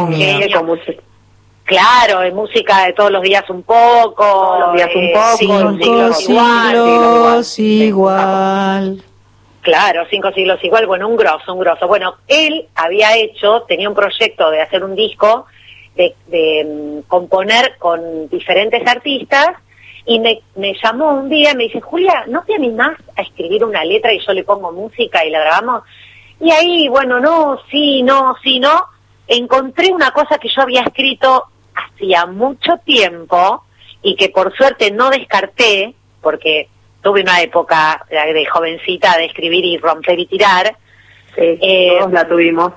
Claro, en música de todos los días un poco, 5 siglos igual. Claro, 5 siglos igual, bueno, un grosso. Bueno, él tenía un proyecto de hacer un disco, de componer con diferentes artistas, y me llamó un día y me dice, Julia, ¿no te animás a escribir una letra y yo le pongo música y la grabamos? Y ahí, bueno, no, encontré una cosa que yo había escrito hacía mucho tiempo y que por suerte no descarté, porque tuve una época de jovencita de escribir y romper y tirar. Sí, todos la tuvimos.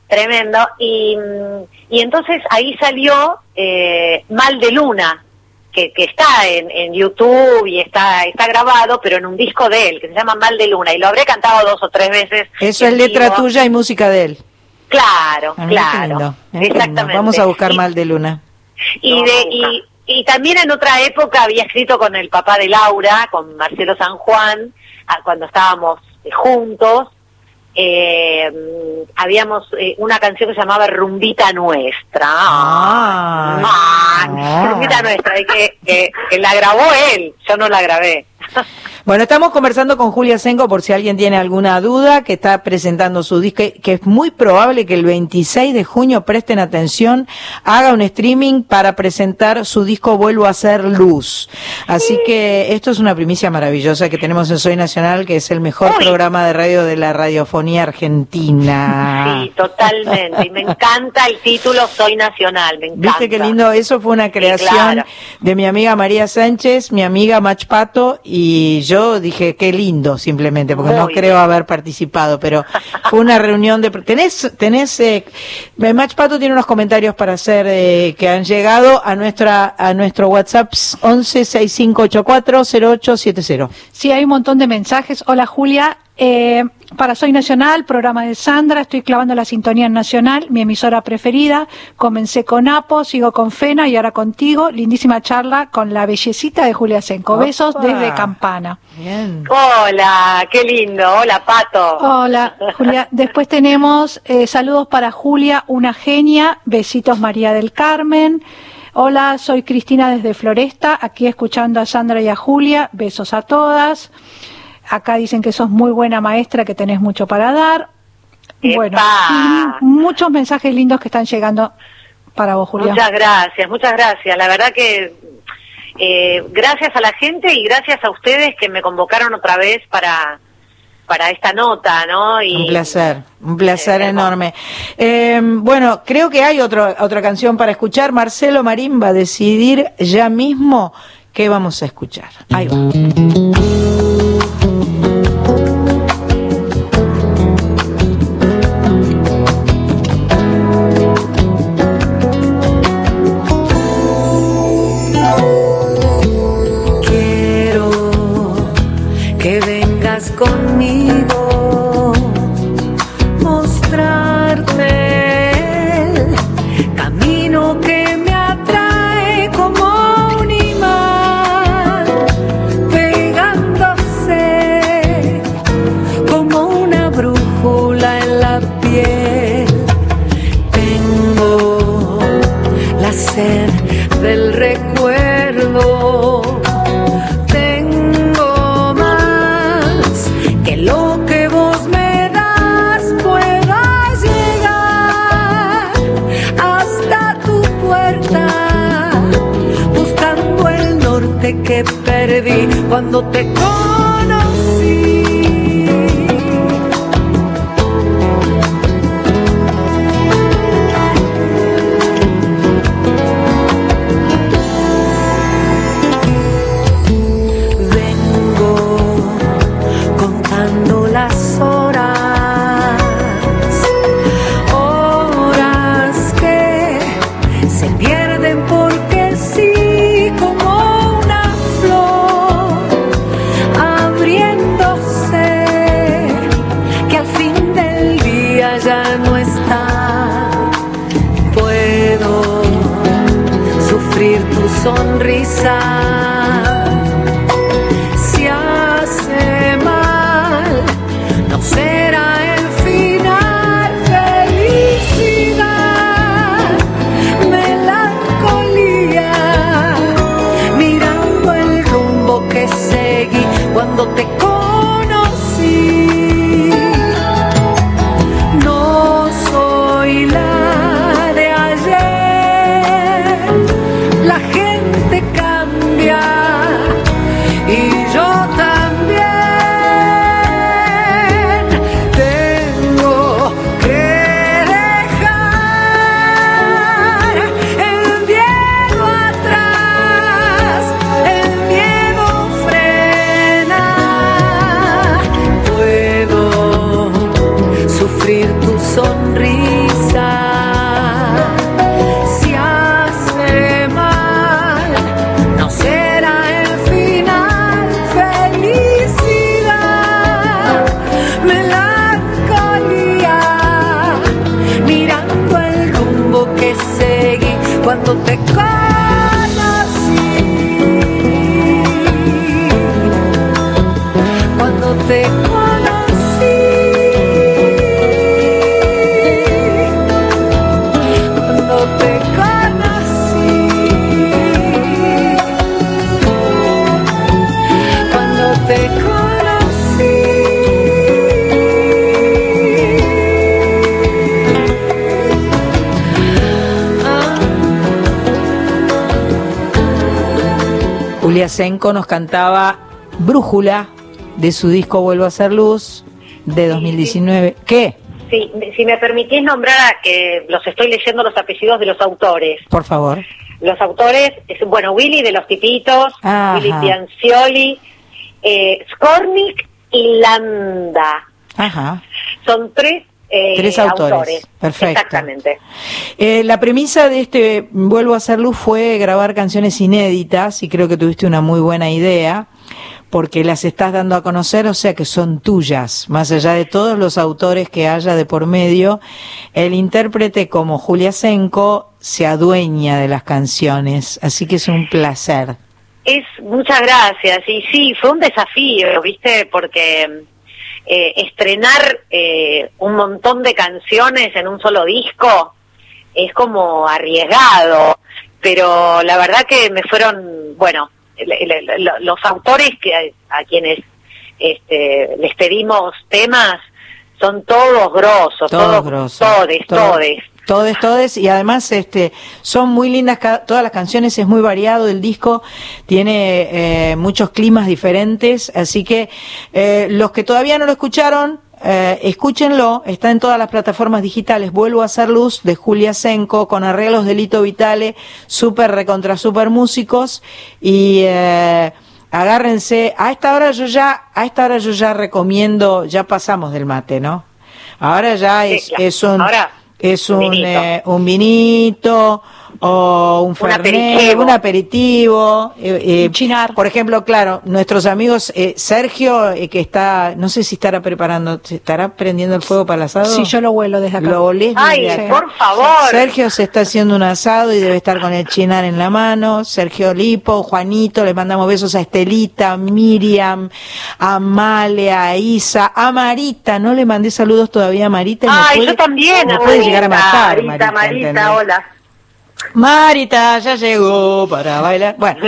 Tremendo. Y entonces ahí salió Mal de Luna, que está en YouTube y está grabado, pero en un disco de él, que se llama Mal de Luna, y lo habré cantado 2 o 3 veces. Eso es letra tuya y música de él. Claro, claro. Exactamente. Vamos a buscar Mal de Luna. Y también en otra época había escrito con el papá de Laura, con Marcelo San Juan, cuando estábamos juntos. Habíamos una canción que se llamaba Rumbita Nuestra. Rumbita Nuestra, y que la grabó él, yo no la grabé. Bueno, estamos conversando con Julia Senko, por si alguien tiene alguna duda, que está presentando su disco, que es muy probable que el 26 de junio, presten atención, haga un streaming para presentar su disco Vuelvo a Ser Luz. Así que esto es una primicia maravillosa que tenemos en Soy Nacional, que es el mejor programa de radio de la radiofonía argentina. Sí, totalmente. Y me encanta el título Soy Nacional, me encanta. ¿Viste qué lindo? Eso fue una creación de mi amiga María Sánchez, mi amiga Mach Pato, y yo dije, qué lindo, simplemente, porque no creo haber participado, pero fue una reunión de... ¿Tenés Mach Pato tiene unos comentarios para hacer que han llegado a nuestro WhatsApp 1165840870. Sí, hay un montón de mensajes. Hola, Julia. Para Soy Nacional, programa de Sandra, estoy clavando la sintonía en Nacional, mi emisora preferida. Comencé con Apo, sigo con Fena y ahora contigo. Lindísima charla con la bellecita de Julia Senko. Besos desde Campana. Bien. Hola, qué lindo. Hola, Pato. Hola, Julia. Después tenemos saludos para Julia, una genia. Besitos, María del Carmen. Hola, soy Cristina desde Floresta, aquí escuchando a Sandra y a Julia. Besos a todas. Acá dicen que sos muy buena maestra, que tenés mucho para dar. ¡Epa! Bueno, y muchos mensajes lindos que están llegando para vos, Julia. Muchas gracias. La verdad que gracias a la gente y gracias a ustedes que me convocaron otra vez para esta nota, ¿no? Y, un placer enorme. Bueno, creo que hay otra canción para escuchar. Marcelo Marín va a decidir ya mismo qué vamos a escuchar. Ahí va. Conmigo, mostrarte el camino que me atrae como un imán, pegándose como una brújula en la piel. Tengo la sed del recuerdo. Lo que vos me das pueda llegar hasta tu puerta, buscando el norte que perdí cuando te conocí. Las horas que se pierden porque sí, como una flor abriéndose, que al fin del día ya no está. Puedo sufrir tu sonrisa. Será el final, felicidad, melancolía, mirando el rumbo que seguí cuando te conocí. No soy la de ayer, la gente cambia y yo también. cuando te conocí, cuando te conocí, cuando te conocí, cuando te conocí. Julia Senko nos cantaba Brújula de su disco Vuelvo a Hacer Luz de 2019. ¿Qué? Sí, si me permitís nombrar, los estoy leyendo los apellidos de los autores. Por favor. Los autores, bueno, Willy de Los Tipitos, Ajá. Willy Piancioli, Skornik y Landa. Ajá. Son tres autores. Perfecto. Exactamente. La premisa de este Vuelvo a Hacer Luz fue grabar canciones inéditas y creo que tuviste una muy buena idea porque las estás dando a conocer, o sea que son tuyas, más allá de todos los autores que haya de por medio. El intérprete como Julia Senko se adueña de las canciones, así que es un placer. Muchas gracias, y sí, fue un desafío, ¿viste? Porque estrenar un montón de canciones en un solo disco es como arriesgado, pero la verdad que me fueron, bueno, los autores a quienes les pedimos temas son todos grosos, todes, y además son muy lindas todas las canciones, es muy variado el disco, tiene muchos climas diferentes, así que los que todavía no lo escucharon, escúchenlo, está en todas las plataformas digitales. Vuelvo a Hacer Luz de Julia Senko con arreglos de Lito Vitale, super músicos, y agárrense. A esta hora yo ya recomiendo, ya pasamos del mate, ¿no? Ahora ya es un vinito o un fernet, un aperitivo, chinar. Por ejemplo, claro, nuestros amigos, Sergio, que está, no sé si estará estará prendiendo el fuego para el asado. Sí, yo lo huelo desde acá. Lo olés desde acá. Por favor. Sergio se está haciendo un asado y debe estar con el chinar en la mano. Sergio Lipo, Juanito, le mandamos besos a Estelita, a Miriam, a Male, a Isa, a Marita. No le mandé saludos todavía a Marita. Yo también. Me puede llegar a matar, Marita, hola. Marita ya llegó para bailar. Bueno,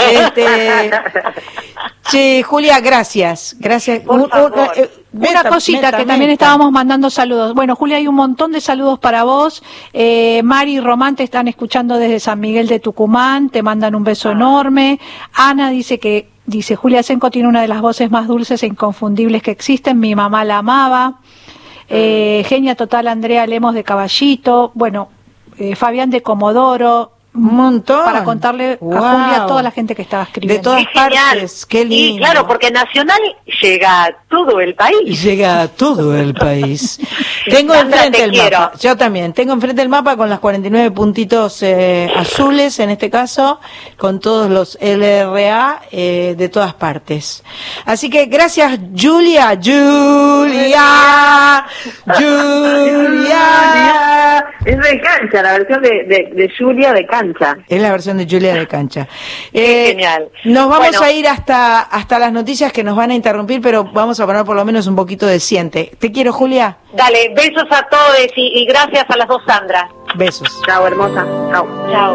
che, Julia, gracias. Una cosita que también estábamos mandando saludos. Bueno, Julia, hay un montón de saludos para vos. Mari y Román te están escuchando desde San Miguel de Tucumán, te mandan un beso enorme. Ana dice, Julia Senko tiene una de las voces más dulces e inconfundibles que existen, mi mamá la amaba. Genia total, Andrea Lemos de Caballito. Bueno, Fabián de Comodoro, un montón. Para contarle a Julia a toda la gente que estaba escribiendo. De todas partes, qué lindo. Y claro, porque Nacional llega a todo el país. Llega a todo el país. Tengo enfrente el mapa. Yo también. Tengo enfrente el mapa con las 49 puntitos azules, en este caso, con todos los LRA de todas partes. Así que gracias, Julia. Es de cancha, la versión de Julia de cancha. Es la versión de Julia de cancha. Genial. Nos vamos a ir hasta las noticias que nos van a interrumpir, pero vamos a poner por lo menos un poquito de siente. Te quiero, Julia. Dale, besos a todos y gracias a las dos Sandras. Besos. Chao, hermosa. Chao. Chao.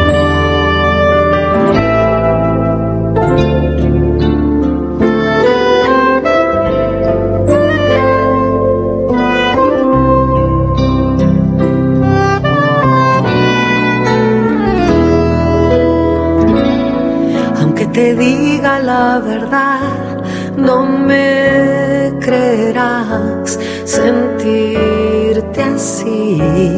Te diga la verdad, no me creerás. Sentirte así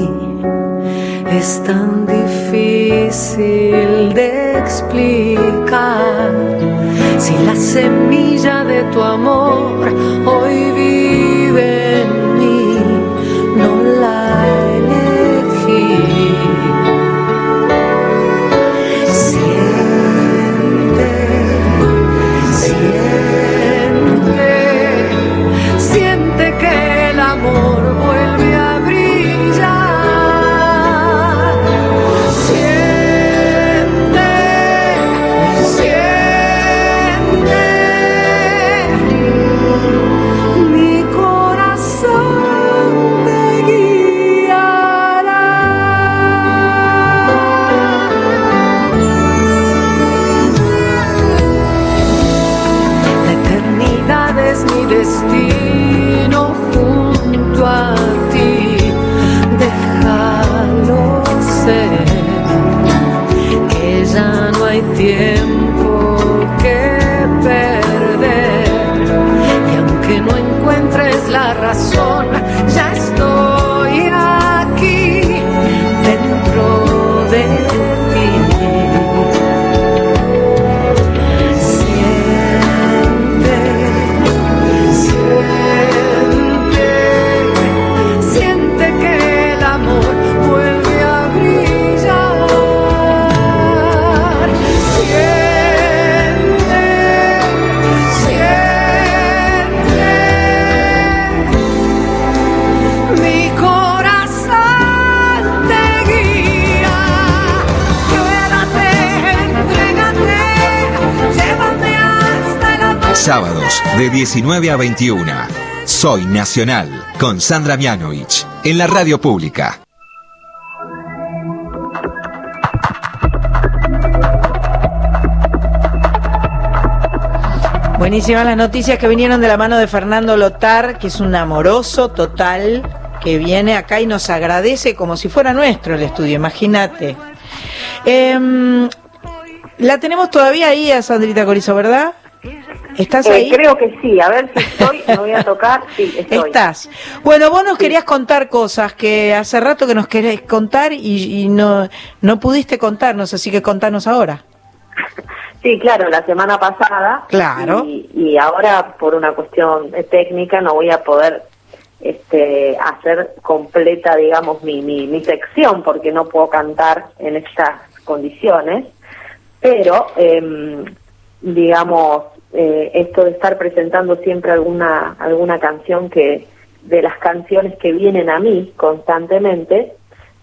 es tan difícil de explicar. Si la semilla de tu amor hoy vive en mí, no la elegí. Siente que el amor vuelve a brillar. Siente tiempo que perder. Y aunque no encuentres la razón, ya estoy aquí dentro de ti. Siente que el amor vuelve a brillar. Siente, mi corazón te guía. Quédate, entrégate, llévame hasta el amor. Sábados de 19 a 21. Soy Nacional con Sandra Mianovich en la radio pública. Buenísimas las noticias que vinieron de la mano de Fernando Lotar, que es un amoroso total, que viene acá y nos agradece como si fuera nuestro el estudio, imagínate. La tenemos todavía ahí a Sandrita Corizo, ¿verdad? ¿Estás ahí? Creo que sí, a ver si estoy, me voy a tocar, sí, estoy. Estás. Bueno, vos nos querías contar cosas que hace rato que nos querés contar y no pudiste contarnos, así que contanos ahora. Sí, claro, la semana pasada. Claro. Y ahora, por una cuestión técnica, no voy a poder hacer completa, digamos, mi sección, porque no puedo cantar en estas condiciones. Pero, digamos, esto de estar presentando siempre alguna canción de las canciones que vienen a mí constantemente,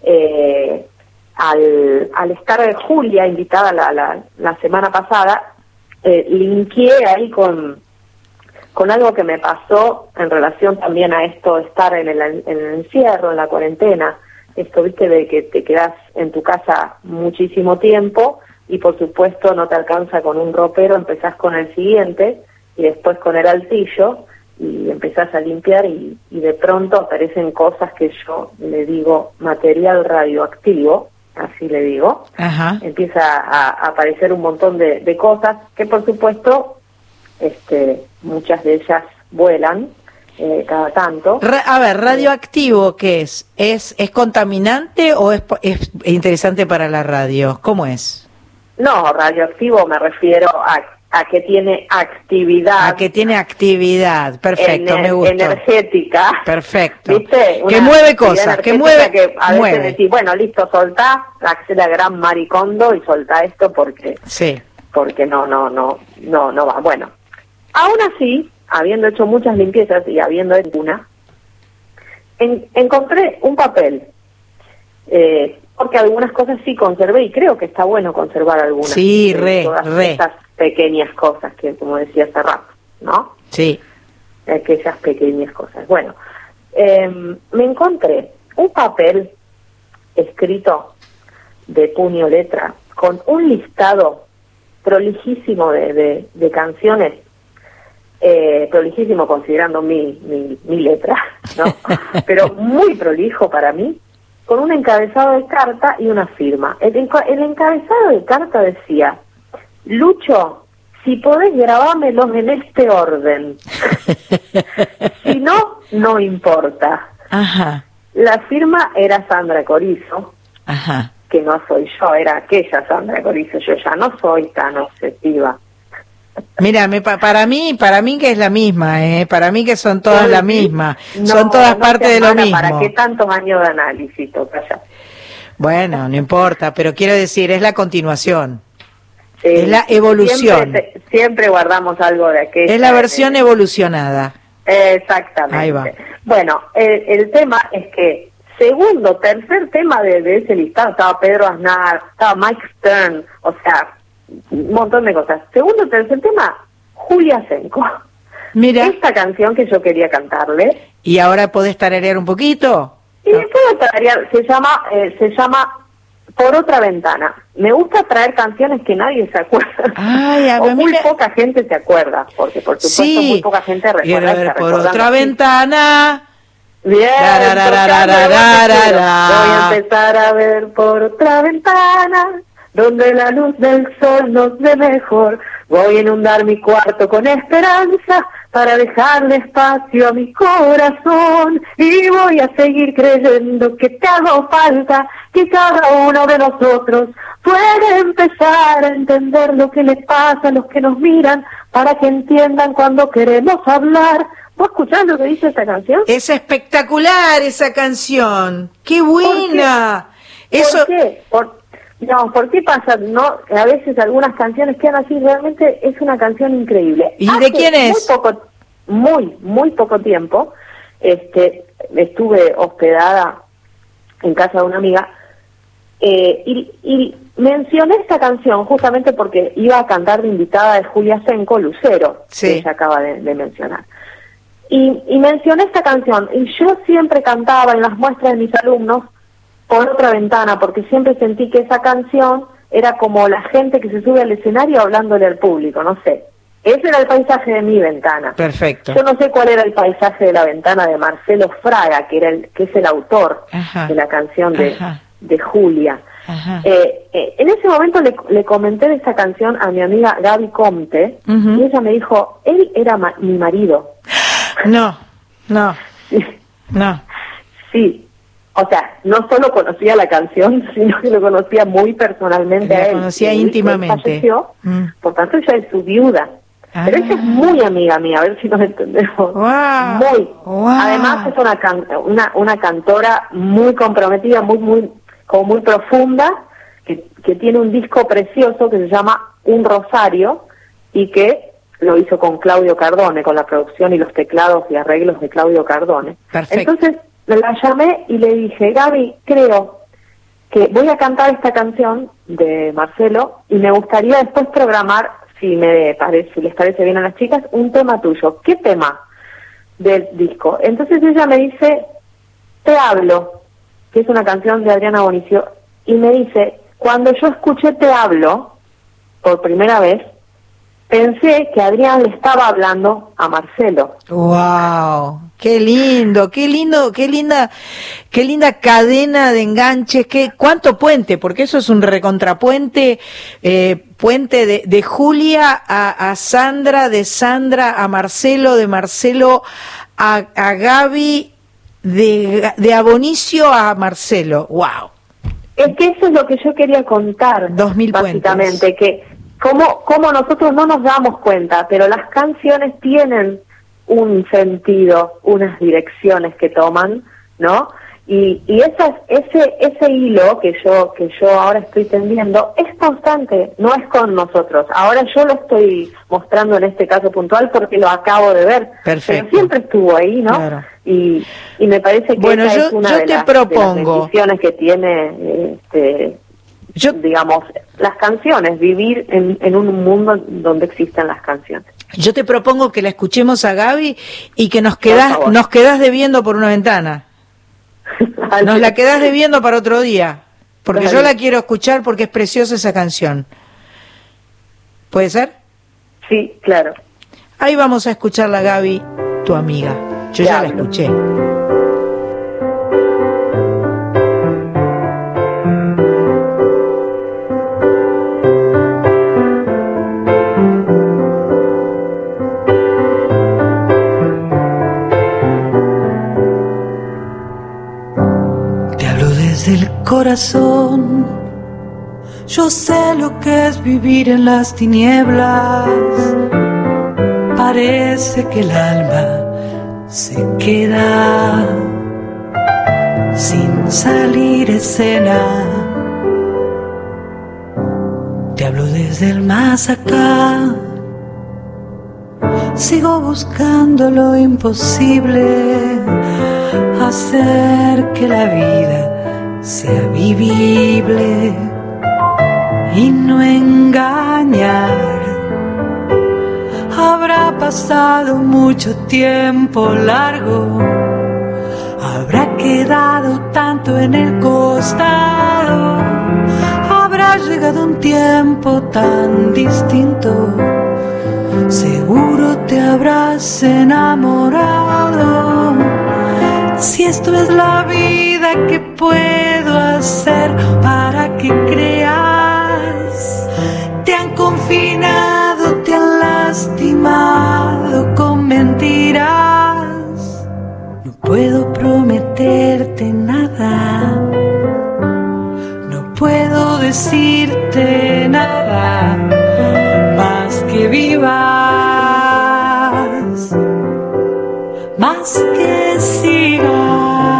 al estar Julia invitada la semana pasada, linkeé ahí con algo que me pasó en relación también a esto de estar en el encierro, en la cuarentena, esto, viste, de que te quedás en tu casa muchísimo tiempo y por supuesto no te alcanza con un ropero, empezás con el siguiente y después con el altillo y empezás a limpiar y de pronto aparecen cosas que yo le digo material radioactivo, así le digo. Ajá. Empieza a aparecer un montón de cosas que por supuesto muchas de ellas vuelan cada tanto. A ver, radioactivo, ¿qué es? ¿Es contaminante o es interesante para la radio? ¿Cómo es? No, radioactivo me refiero a que tiene actividad. A que tiene actividad, perfecto, me gusta. Energética. Perfecto. ¿Viste? Que mueve cosas, que mueve. Que a veces decís, bueno, listo, soltá, hace la gran maricondo y soltá esto porque. Sí. Porque no va. Bueno, aún así, habiendo hecho muchas limpiezas y habiendo hecho una, encontré un papel. Porque algunas cosas sí conservé y creo que está bueno conservar algunas. Sí, todas esas pequeñas cosas que, como decía hace rato, ¿no? Sí. Aquellas pequeñas cosas. Bueno, me encontré un papel escrito de puño letra con un listado prolijísimo de canciones, prolijísimo considerando mi letra, ¿no? Pero muy prolijo para mí, con un encabezado de carta y una firma. El encabezado de carta decía: Lucho, si podés grabámelos en este orden. Si no, no importa. Ajá. La firma era Sandra Corizo. Ajá. Que no soy yo, era aquella Sandra Corizo. Yo ya no soy tan obsesiva. Mira, para mí que es la misma, para mí que son todas la misma, son todas parte de lo mismo. ¿Para qué tantos años de análisis, Tocaya? Bueno, no importa, pero quiero decir, es la continuación, es la evolución. Siempre guardamos algo de aquella. Es la versión evolucionada. Exactamente. Ahí va. Bueno, el tema es que tercer tema de ese listado estaba Pedro Aznar, estaba Mike Stern, o sea, un montón de cosas. Segundo, tercer tema, Julia Senko. Mira. Esta canción que yo quería cantarle. ¿Y ahora podés tararear un poquito? Y puedo tararear, se llama Por Otra Ventana. Me gusta traer canciones que nadie se acuerda. Ay, o muy poca gente se acuerda, porque por supuesto sí. muy poca gente recuerda. Por otra ventana. Bien, voy a empezar a ver por otra ventana. donde la luz del sol nos dé mejor. Voy a inundar mi cuarto con esperanza para dejarle espacio a mi corazón. Y voy a seguir creyendo que te hago falta, que cada uno de nosotros puede empezar a entender lo que les pasa a los que nos miran, para que entiendan cuando queremos hablar. ¿Vos escuchás lo que dice esta canción? Es espectacular esa canción. ¡Qué buena! ¿Por qué? ¿Por qué pasa? No, a veces algunas canciones quedan así. Realmente es una canción increíble. ¿Y de quién es? Muy poco tiempo, estuve hospedada en casa de una amiga y mencioné esta canción justamente porque iba a cantar de invitada de Julia Senko, Lucero, que ella acaba de mencionar. Y mencioné esta canción, y yo siempre cantaba en las muestras de mis alumnos por otra ventana, porque siempre sentí que esa canción era como la gente que se sube al escenario hablándole al público, no sé. Ese era el paisaje de mi ventana. Perfecto. Yo no sé cuál era el paisaje de la ventana de Marcelo Fraga, que es el autor de la canción de Julia. En ese momento le comenté de esta canción a mi amiga Gaby Comte, y ella me dijo, él era mi marido. No. Sí, o sea, no solo conocía la canción, sino que lo conocía muy personalmente a él. Lo conocía íntimamente. Él falleció, por tanto ella es su viuda. Pero ella es muy amiga mía, a ver si nos entendemos. Además es una cantora muy comprometida, muy profunda, que tiene un disco precioso que se llama Un Rosario, y que lo hizo con Claudio Cardone, con la producción y los teclados y arreglos de Claudio Cardone. Perfecto. Entonces la llamé y le dije, Gaby, creo que voy a cantar esta canción de Marcelo y me gustaría después programar, si les parece bien a las chicas, un tema tuyo. ¿Qué tema del disco? Entonces ella me dice, Te hablo, que es una canción de Adriana Bonicio, y me dice, cuando yo escuché Te hablo por primera vez, pensé que Adrián le estaba hablando a Marcelo. ¡Wow! ¡Qué lindo! ¡Qué linda cadena de enganches! ¿Cuánto puente? Porque eso es un recontrapuente, puente de Julia a Sandra, de Sandra a Marcelo, de Marcelo a Gaby, de Abonicio a Marcelo. ¡Wow! Es que eso es lo que yo quería contar. 2000 básicamente, puentes. Que cómo nosotros no nos damos cuenta, pero las canciones tienen un sentido, unas direcciones que toman, ¿no? Y ese hilo que yo ahora estoy tendiendo es constante, no es con nosotros. Ahora yo lo estoy mostrando en este caso puntual porque lo acabo de ver. Perfecto. Pero siempre estuvo ahí, ¿no? Claro. Y me parece que esa es una de las bendiciones que tiene digamos, las canciones, vivir en un mundo donde existen las canciones. Yo te propongo que la escuchemos a Gaby y que nos quedás debiendo por una ventana. Nos la quedás debiendo para otro día, porque yo la quiero escuchar porque es preciosa esa canción. ¿Puede ser? Sí, claro. Ahí vamos a escucharla, Gaby, tu amiga. Yo ya la escuché. Del corazón, yo sé lo que es vivir en las tinieblas. Parece que el alma se queda sin salir escena. Te hablo desde el más acá. Sigo buscando lo imposible, hacer que la vida sea vivible y no engañar. Habrá pasado mucho tiempo largo, habrá quedado tanto en el costado, habrá llegado un tiempo tan distinto, seguro te habrás enamorado. Si esto es la vida, ¿qué puedo hacer para que creas Te han confinado, te han lastimado con mentiras. No puedo prometerte nada, no puedo decirte nada más que vivas, más que sigas.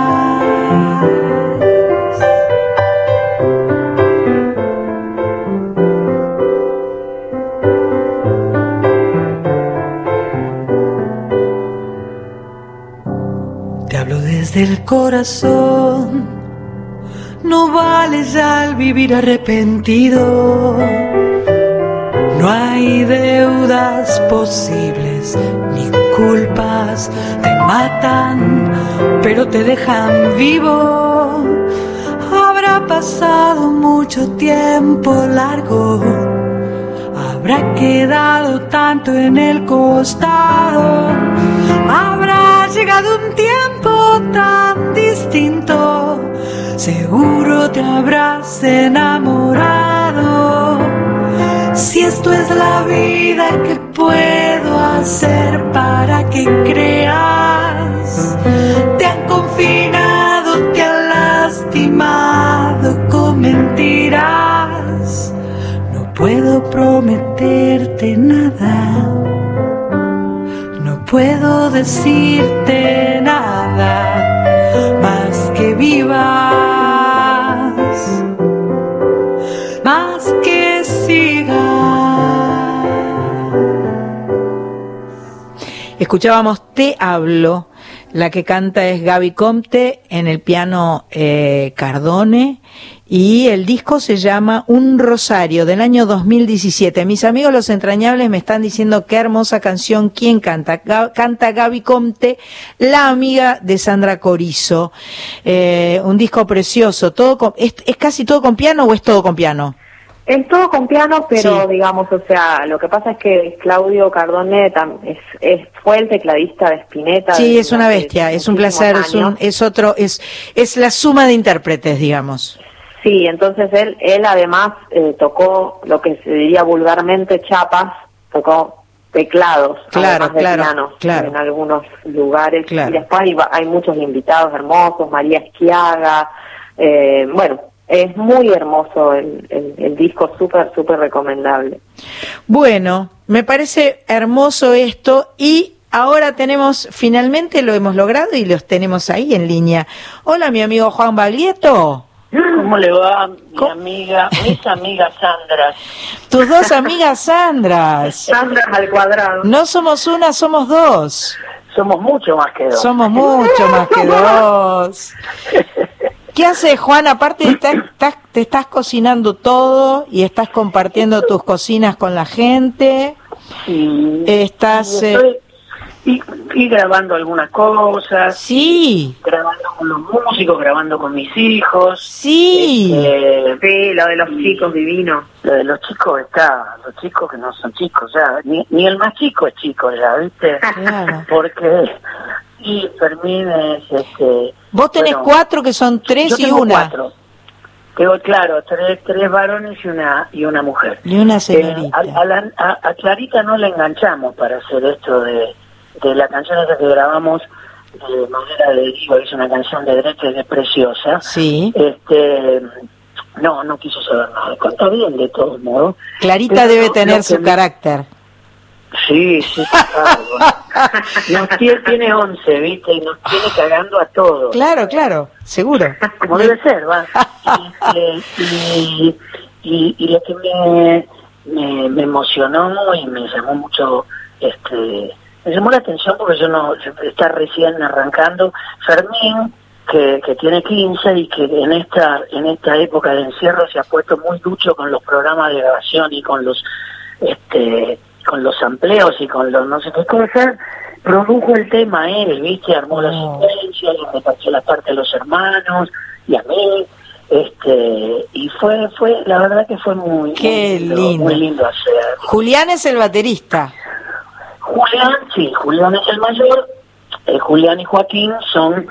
Te hablo desde el corazón, no vale ya el vivir arrepentido. No hay deudas posibles, ni culpas, te matan, pero te dejan vivo. Habrá pasado mucho tiempo largo, habrá quedado tanto en el costado, habrá llegado un tiempo tan distinto, seguro te habrás enamorado. Si esto es la vida, ¿qué puedo hacer para que creas? Te han confinado, te han lastimado con mentiras. No puedo prometerte nada, no puedo decirte nada más que vivas, más que sigas. Escuchábamos Te Hablo, la que canta es Gaby Comte, en el piano Cardone, y el disco se llama Un Rosario, del año 2017. Mis amigos los entrañables me están diciendo qué hermosa canción. ¿Quién canta? Canta Gaby Comte, la amiga de Sandra Corizo. Un disco precioso. ¿Es casi todo con piano o es todo con piano? Es todo con piano, pero sí, digamos, o sea, lo que pasa es que Claudio Cardone fue el tecladista de Spinetta. Sí, es una bestia, es un placer, es la suma de intérpretes, digamos. Sí, entonces él además tocó lo que se diría vulgarmente chapas, tocó teclados, además de piano, en algunos lugares. Y después hay muchos invitados hermosos, María Esquiaga, bueno. Es muy hermoso el disco, súper recomendable. Bueno, me parece hermoso esto y ahora finalmente lo hemos logrado y los tenemos ahí en línea. Hola, mi amigo Juan Baglietto. ¿Cómo le va, mis amigas Sandras? Tus dos amigas Sandras. Sandras al cuadrado. No somos una, somos dos. Somos mucho más que dos. Somos mucho más que dos. ¿Qué haces, Juan? Aparte te estás cocinando todo y estás compartiendo tus cocinas con la gente. Sí. Estás... Y grabando algunas cosas. Sí. Grabando con los músicos, grabando con mis hijos. Sí. Sí, lo de los chicos divino. Lo de los chicos los chicos que no son chicos, ya. Ni el más chico es chico ya, ¿viste? Claro. Porque... Y Fermín es Vos tenés 4 que son 3 y una. 4. Tengo, claro, tres varones y una mujer. Y una señorita. A Clarita no la enganchamos para hacer esto de la canción esa que grabamos de manera de digo, es una canción de Drexler, es preciosa. Sí. No quiso saber nada. Está bien de todos modos. Clarita debe tener su carácter. Sí, claro. Tiene 11, ¿viste? Y nos tiene cagando a todos. Claro, seguro. Como debe ser, va. Y lo que me emocionó y me llamó mucho, me llamó la atención porque está recién arrancando. Fermín, que tiene 15 y que en esta época de encierro se ha puesto muy ducho con los programas de grabación y con los amplios y con los no sé qué cosas, produjo el tema él, ¿viste? Armó la secuencia, le repartió la parte a los hermanos y a mí, y fue la verdad que fue muy lindo hacer. Julián es el baterista. Julián es el mayor. Julián y Joaquín son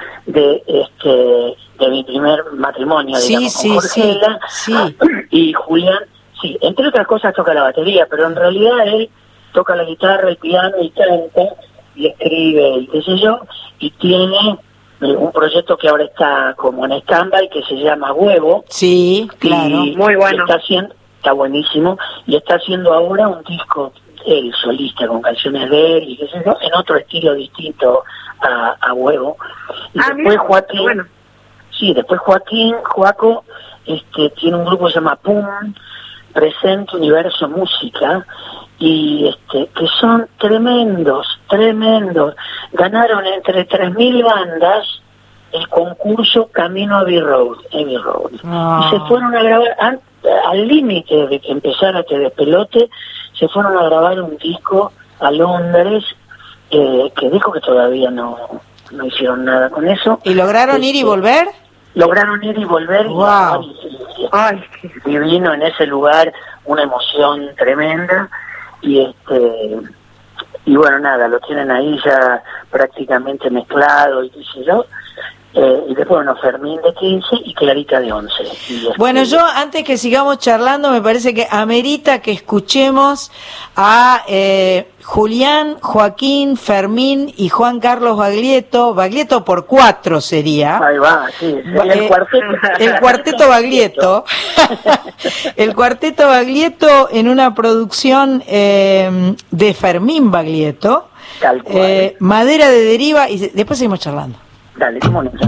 de mi primer matrimonio, digamos, con Jorgela, sí. Y Julián Sí, entre otras cosas toca la batería, pero en realidad él toca la guitarra, el piano y canta, y escribe, y qué sé yo, y tiene un proyecto que ahora está como en stand-by, que se llama Huevo. Sí, claro. Muy bueno. Está buenísimo, y está haciendo ahora un disco, él solista, con canciones de él, y qué sé yo, en otro estilo distinto a Huevo. Y después Joaquín, bueno. Sí, después Joaco, tiene un grupo que se llama PUM, Presente Universo Música, y que son tremendos. Ganaron entre 3.000 bandas el concurso Camino a Abbey Road. Y se fueron a grabar, al límite de que empezara este despelote, se fueron a grabar un disco a Londres, que dijo que todavía no hicieron nada con eso. ¿Y lograron ir y volver? Lograron ir y volver. Wow. Ay, divino en ese lugar, una emoción tremenda, y bueno, nada, lo tienen ahí ya prácticamente mezclado, y qué sé yo. Y después, bueno, Fermín de 15 y Clarita de 11. Bueno, yo antes que sigamos charlando, me parece que amerita que escuchemos a Julián, Joaquín, Fermín y Juan Carlos Baglietto por 4 sería. Ahí va, sí, sería el cuarteto Baglietto. El cuarteto Baglietto en una producción de Fermín Baglietto, tal cual. Madera de Deriva, y después seguimos charlando. Dale, ¿cómo no?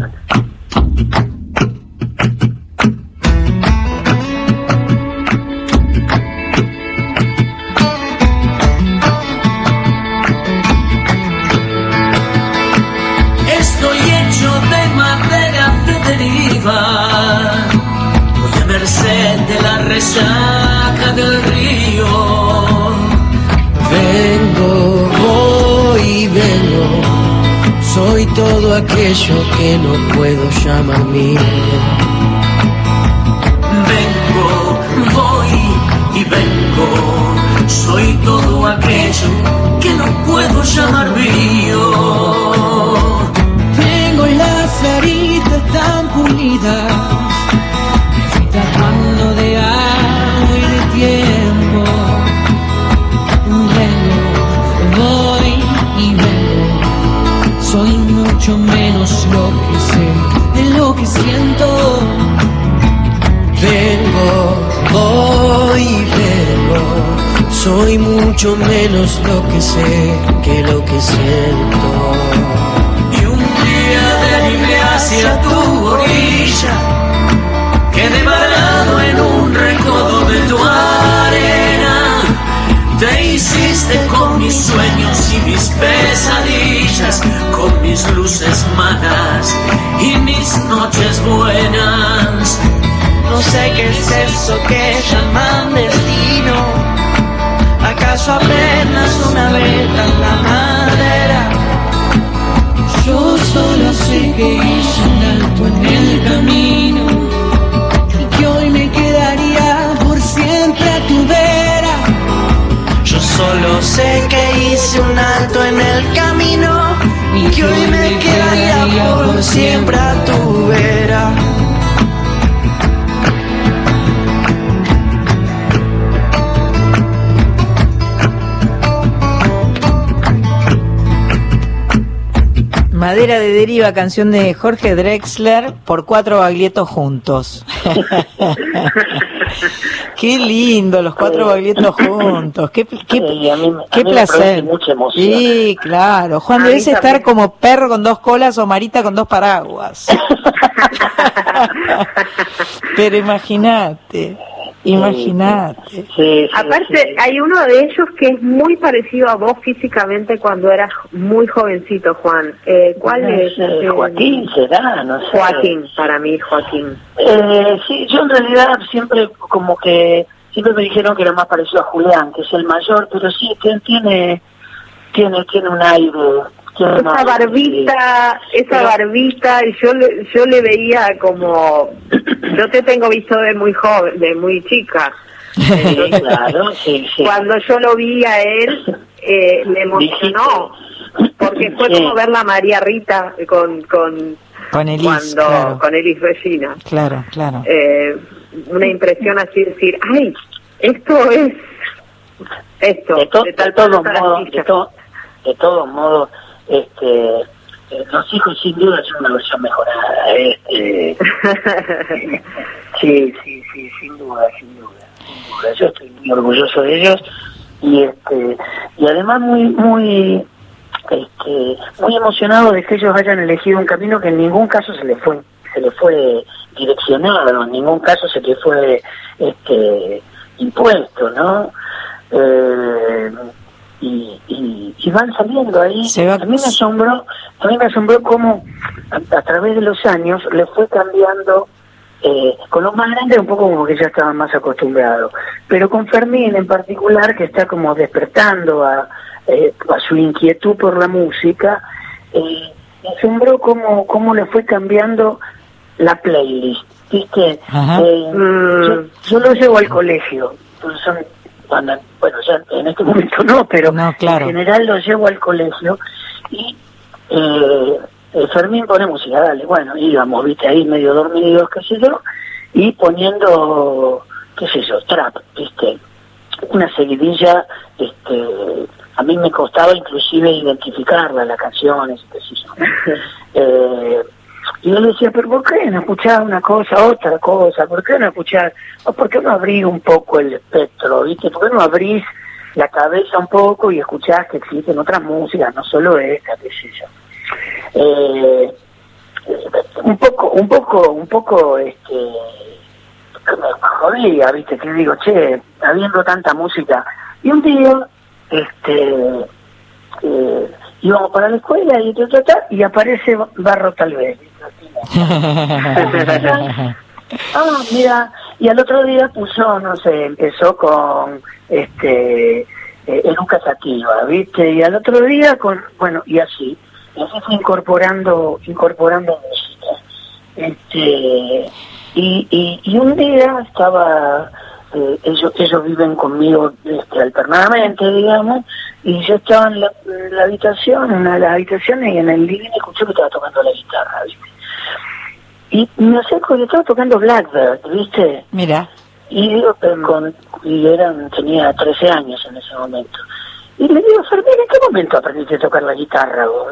Estoy hecho de madera de deriva, voy a merced de la resaca del río. Vengo, soy todo aquello que no puedo llamar mío. Vengo, soy todo aquello que no puedo llamar mío. Tengo las aritas tan pulidas, tratando de agua y de tiempo. Vengo, soy mucho menos lo que sé de lo que siento. Vengo, soy mucho menos lo que sé que lo que siento. Y un día derivé hacia tu orilla, quedé varado en un recodo de tu arena. Te hiciste con mis sueños y mis pesadillas, con mis luces malas y mis noches buenas. No sé qué es eso que llaman destino, acaso apenas una veta en la madera. Yo solo sé que hice un alto en el camino y que hoy me quedaría por siempre a tu vera. Yo solo sé que hice un alto en el camino y que hoy me quedaría por siempre a tu vera. Madera de Deriva, canción de Jorge Drexler, por 4 Bagliettos juntos. Qué lindo, los 4 Bagliettos juntos. Qué placer. Mucha emoción. Sí, claro. Juan, debes estar como perro con 2 colas o Marita con 2 paraguas. Pero imagínate. Sí, aparte, hay uno de ellos que es muy parecido a vos físicamente cuando eras muy jovencito, Juan. ¿Cuál es? Joaquín será, no sé. Joaquín, para mí, Joaquín. Sí, yo en realidad siempre me dijeron que era más parecido a Julián, que es el mayor, pero sí, tiene un aire. Esa barbita, y yo le veía como, yo te tengo visto de muy joven, de muy chica. Claro, sí. Cuando yo lo vi a él, me emocionó, porque fue como ver la María Rita con Elis, con Elis Regina. Claro. una impresión así, decir, ay, esto es esto. De todos modos, los hijos sin duda son una versión mejorada. Sí, sin duda. Yo estoy muy orgulloso de ellos y además muy emocionado de que ellos hayan elegido un camino que en ningún caso se les fue direccionado, en ningún caso se les fue impuesto, ¿no? Y van saliendo ahí. A mí me asombró cómo a través de los años le fue cambiando. Con los más grandes un poco como que ya estaban más acostumbrados, pero con Fermín en particular, que está como despertando a su inquietud por la música, me asombró cómo le fue cambiando la playlist, ¿viste? Yo lo llevo al colegio, bueno, ya en este momento no, pero claro. En general lo llevo al colegio y Fermín pone música, dale, bueno, íbamos, viste, ahí medio dormidos, qué sé yo, y poniendo, qué sé yo, trap, viste, una seguidilla, a mí me costaba inclusive identificarla, las canciones, qué sé yo. Y yo le decía, pero ¿por qué no escuchar una cosa, otra cosa? ¿Por qué no escuchar? ¿Por qué no abrir un poco el espectro, viste? ¿Por qué no abrís la cabeza un poco y escuchás que existen otras músicas, no solo esta, qué sé yo? Un poco me jodía, viste, que digo, che, habiendo tanta música. Y un día, íbamos para la escuela y aparece Barro Talvez. Mira, y al otro día puso, no sé, empezó con Eruca Sativa, viste, y al otro día y así fue incorporando música. Y un día estaba, ellos viven conmigo alternadamente, digamos, y yo estaba en la habitación, en una de las habitaciones, y en el living escuché que estaba tocando la guitarra, ¿viste? Y me acerco y estaba tocando Blackbird, ¿viste? Mira. Y digo, tenía 13 años en ese momento. Y le digo, Fermín, ¿en qué momento aprendiste a tocar la guitarra vos?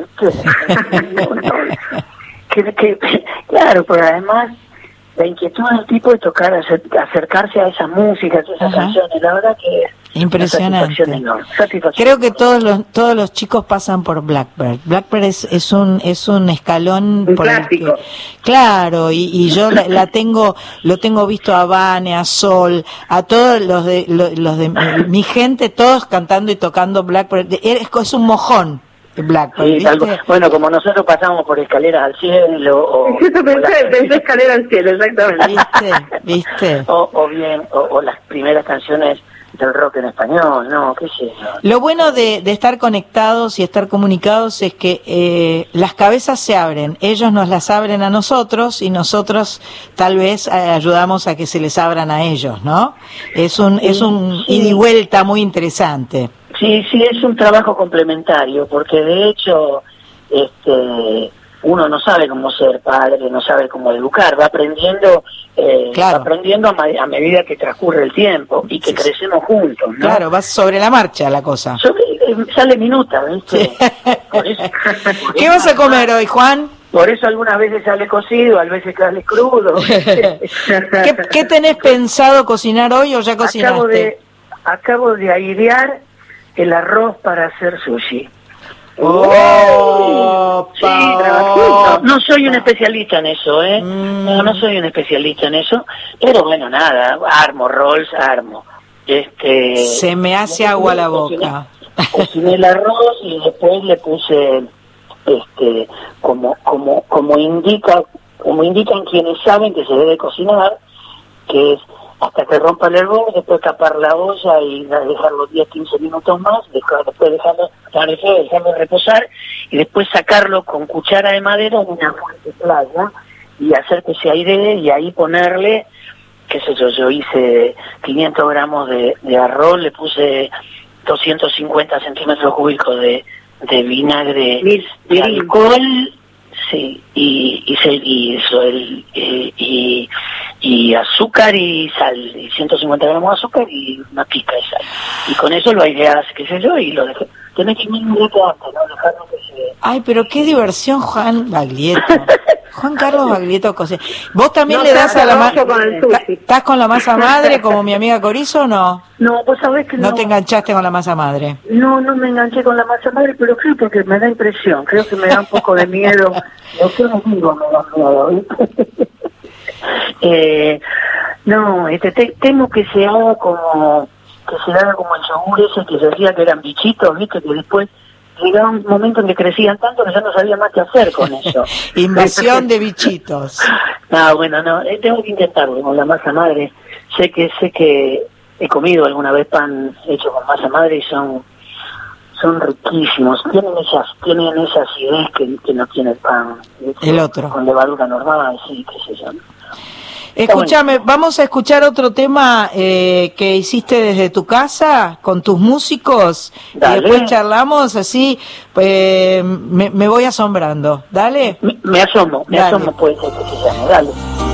Claro, pero además la inquietud del tipo de tocar, acercarse a esas músicas, a esas canciones, la verdad que es impresionante. Creo que todos los chicos pasan por Blackbird. Blackbird es un escalón un clásico. Claro, y yo lo tengo visto a Vane, a Sol, a todos los de mi gente, todos cantando y tocando Blackbird. Es un mojón. Blackbird, sí, bueno, como nosotros pasamos por Escaleras al Cielo pensé Escaleras al Cielo, exactamente. ¿Viste? o las primeras canciones del rock en español, no, qué sé yo. Lo bueno de estar conectados y estar comunicados es que las cabezas se abren, ellos nos las abren a nosotros y nosotros tal vez ayudamos a que se les abran a ellos, ¿no? Es un ida y vuelta muy interesante. Sí, es un trabajo complementario, porque de hecho uno no sabe cómo ser padre, no sabe cómo educar, va aprendiendo a medida que transcurre el tiempo y que crecemos juntos, ¿no? Claro, va sobre la marcha la cosa. Sale minuta, ¿viste? Sí. Por eso, ¿Qué vas a comer hoy, Juan? Por eso algunas veces sale cocido, a veces sale crudo. ¿Qué tenés pensado cocinar hoy o ya cocinaste? Acabo de airear el arroz para hacer sushi. Sí, trabajito. No soy un especialista en eso, No soy un especialista en eso, pero bueno, nada, armo rolls, Se me hace agua la boca. Cociné el arroz y después le puse, como indican quienes saben que se debe cocinar, que es hasta que rompa el hervor, después tapar la olla y dejarlo 10-15 minutos más, después dejarlo reposar y después sacarlo con cuchara de madera en una fuente playa y hacer que se airee y ahí ponerle, qué sé yo hice 500 gramos de arroz, le puse 250 centímetros cúbicos de vinagre de alcohol, sí, y azúcar y sal, y 150 gramos de azúcar y una pizca de sal. Y con eso lo aireás, qué sé yo, y lo dejé. Tenés que ir un rato antes, ¿no? Dejarlo que se... Ay, pero qué diversión, Juan Baglietto. Juan Carlos Baglietto Cose. ¿Vos también le das a la masa? ¿Estás con la masa madre como mi amiga Corizo o no? No, pues sabés que no. ¿No te enganchaste con la masa madre? No me enganché con la masa madre, pero creo porque me da impresión, creo que me da un poco de miedo. Lo que no digo me da miedo. No, temo que se haga como el yogur ese que se decía que eran bichitos, ¿viste? Que después llegaba un momento en que crecían tanto que ya no sabía más qué hacer con eso. Invasión de bichitos. No, bueno, no, tengo que intentarlo con la masa madre. Sé que he comido alguna vez pan hecho con masa madre y son riquísimos. Tienen esa acidez que no tiene el pan. El otro. Con levadura normal, sí, qué sé yo. Escúchame, vamos a escuchar otro tema que hiciste desde tu casa con tus músicos. Dale. Y después charlamos así, me voy asombrando. Dale. Me asomo, puede ser que se llame. Dale.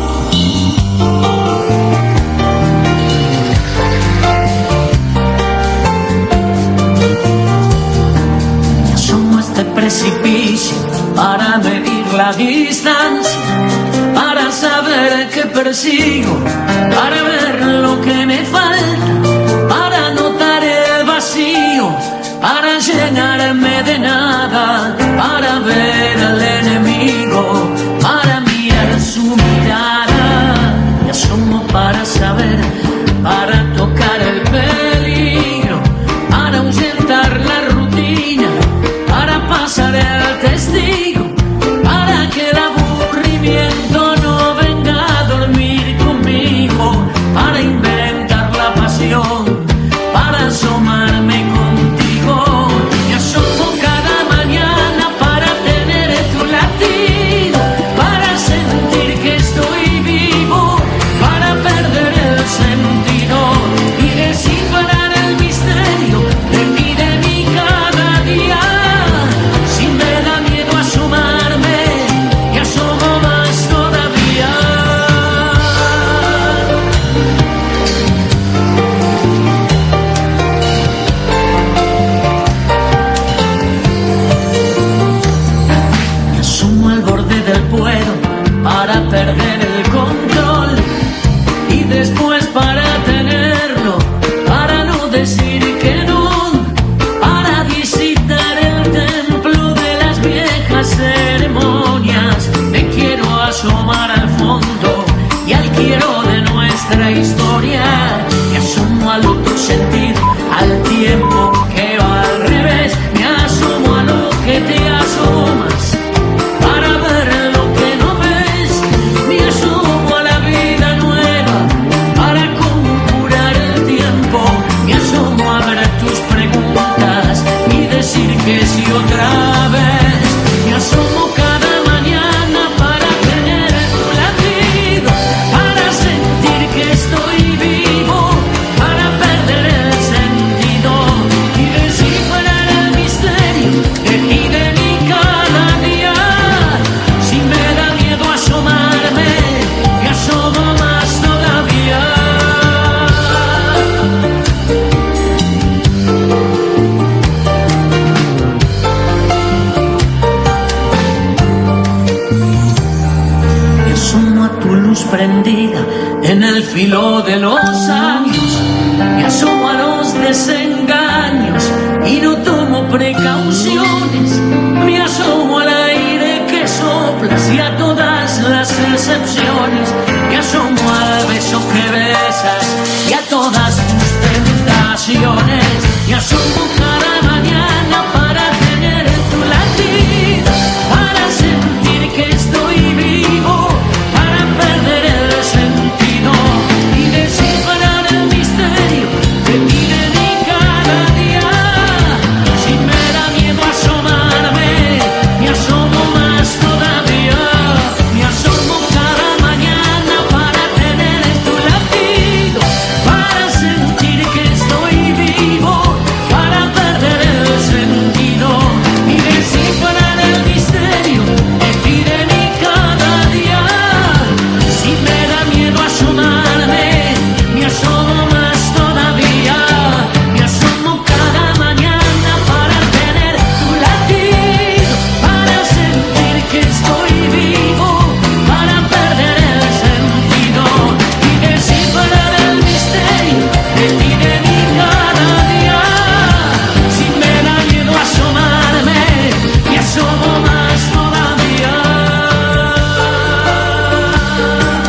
Me asomo a este precipicio para medir la distancia, para saber qué persigo, para ver lo que me falta, para notar el vacío, para llenarme de nada, para ver al enemigo, para mirar su mirada. Me asomo para saber, para tocar el peligro, para ahuyentar la rutina, para pasar el testigo, para que el aburrimiento no venga a dormir conmigo, para inventar la pasión, para asomarme contigo. Me asomo cada mañana para tener tu latido, para sentir que estoy vivo, para perder el sentido y descifrar el misterio de mí cada día. Si me da miedo asomarme, me asomo más todavía. Me asomo al borde del puedo para perder el control y después para tenerlo, para no decir que no, para visitar el templo de las viejas ceremonias. Me quiero asomar al fondo y al quiero de nuestra historia. Me asomo al otro sentido, al tiempo que va al revés. Me asomo a lo que te asomas para ver lo que no ves. Me asomo a la vida nueva para conjurar el tiempo. Me asomo a ver tus preguntas y decir que sí otra vez. Me asomo cada mañana para tener tu latido, para sentir que estoy vivo, para perder el sentido y descifrar el misterio de ti, de mí cada día. Si me da miedo asomarme, me asomo más todavía. Me asomo a tu luz prendida en el filo de los años. Me asomo a los desengaños y no tomo precauciones. Me asomo al aire que soplas y a todas las excepciones. Me asomo al beso que besas y a todas tus tentaciones. Me asomo cada mañana para tener tu latido, para sentir que estoy vivo, para perder el sentido y descifrar el misterio de ti, de mí cada día. Si me da miedo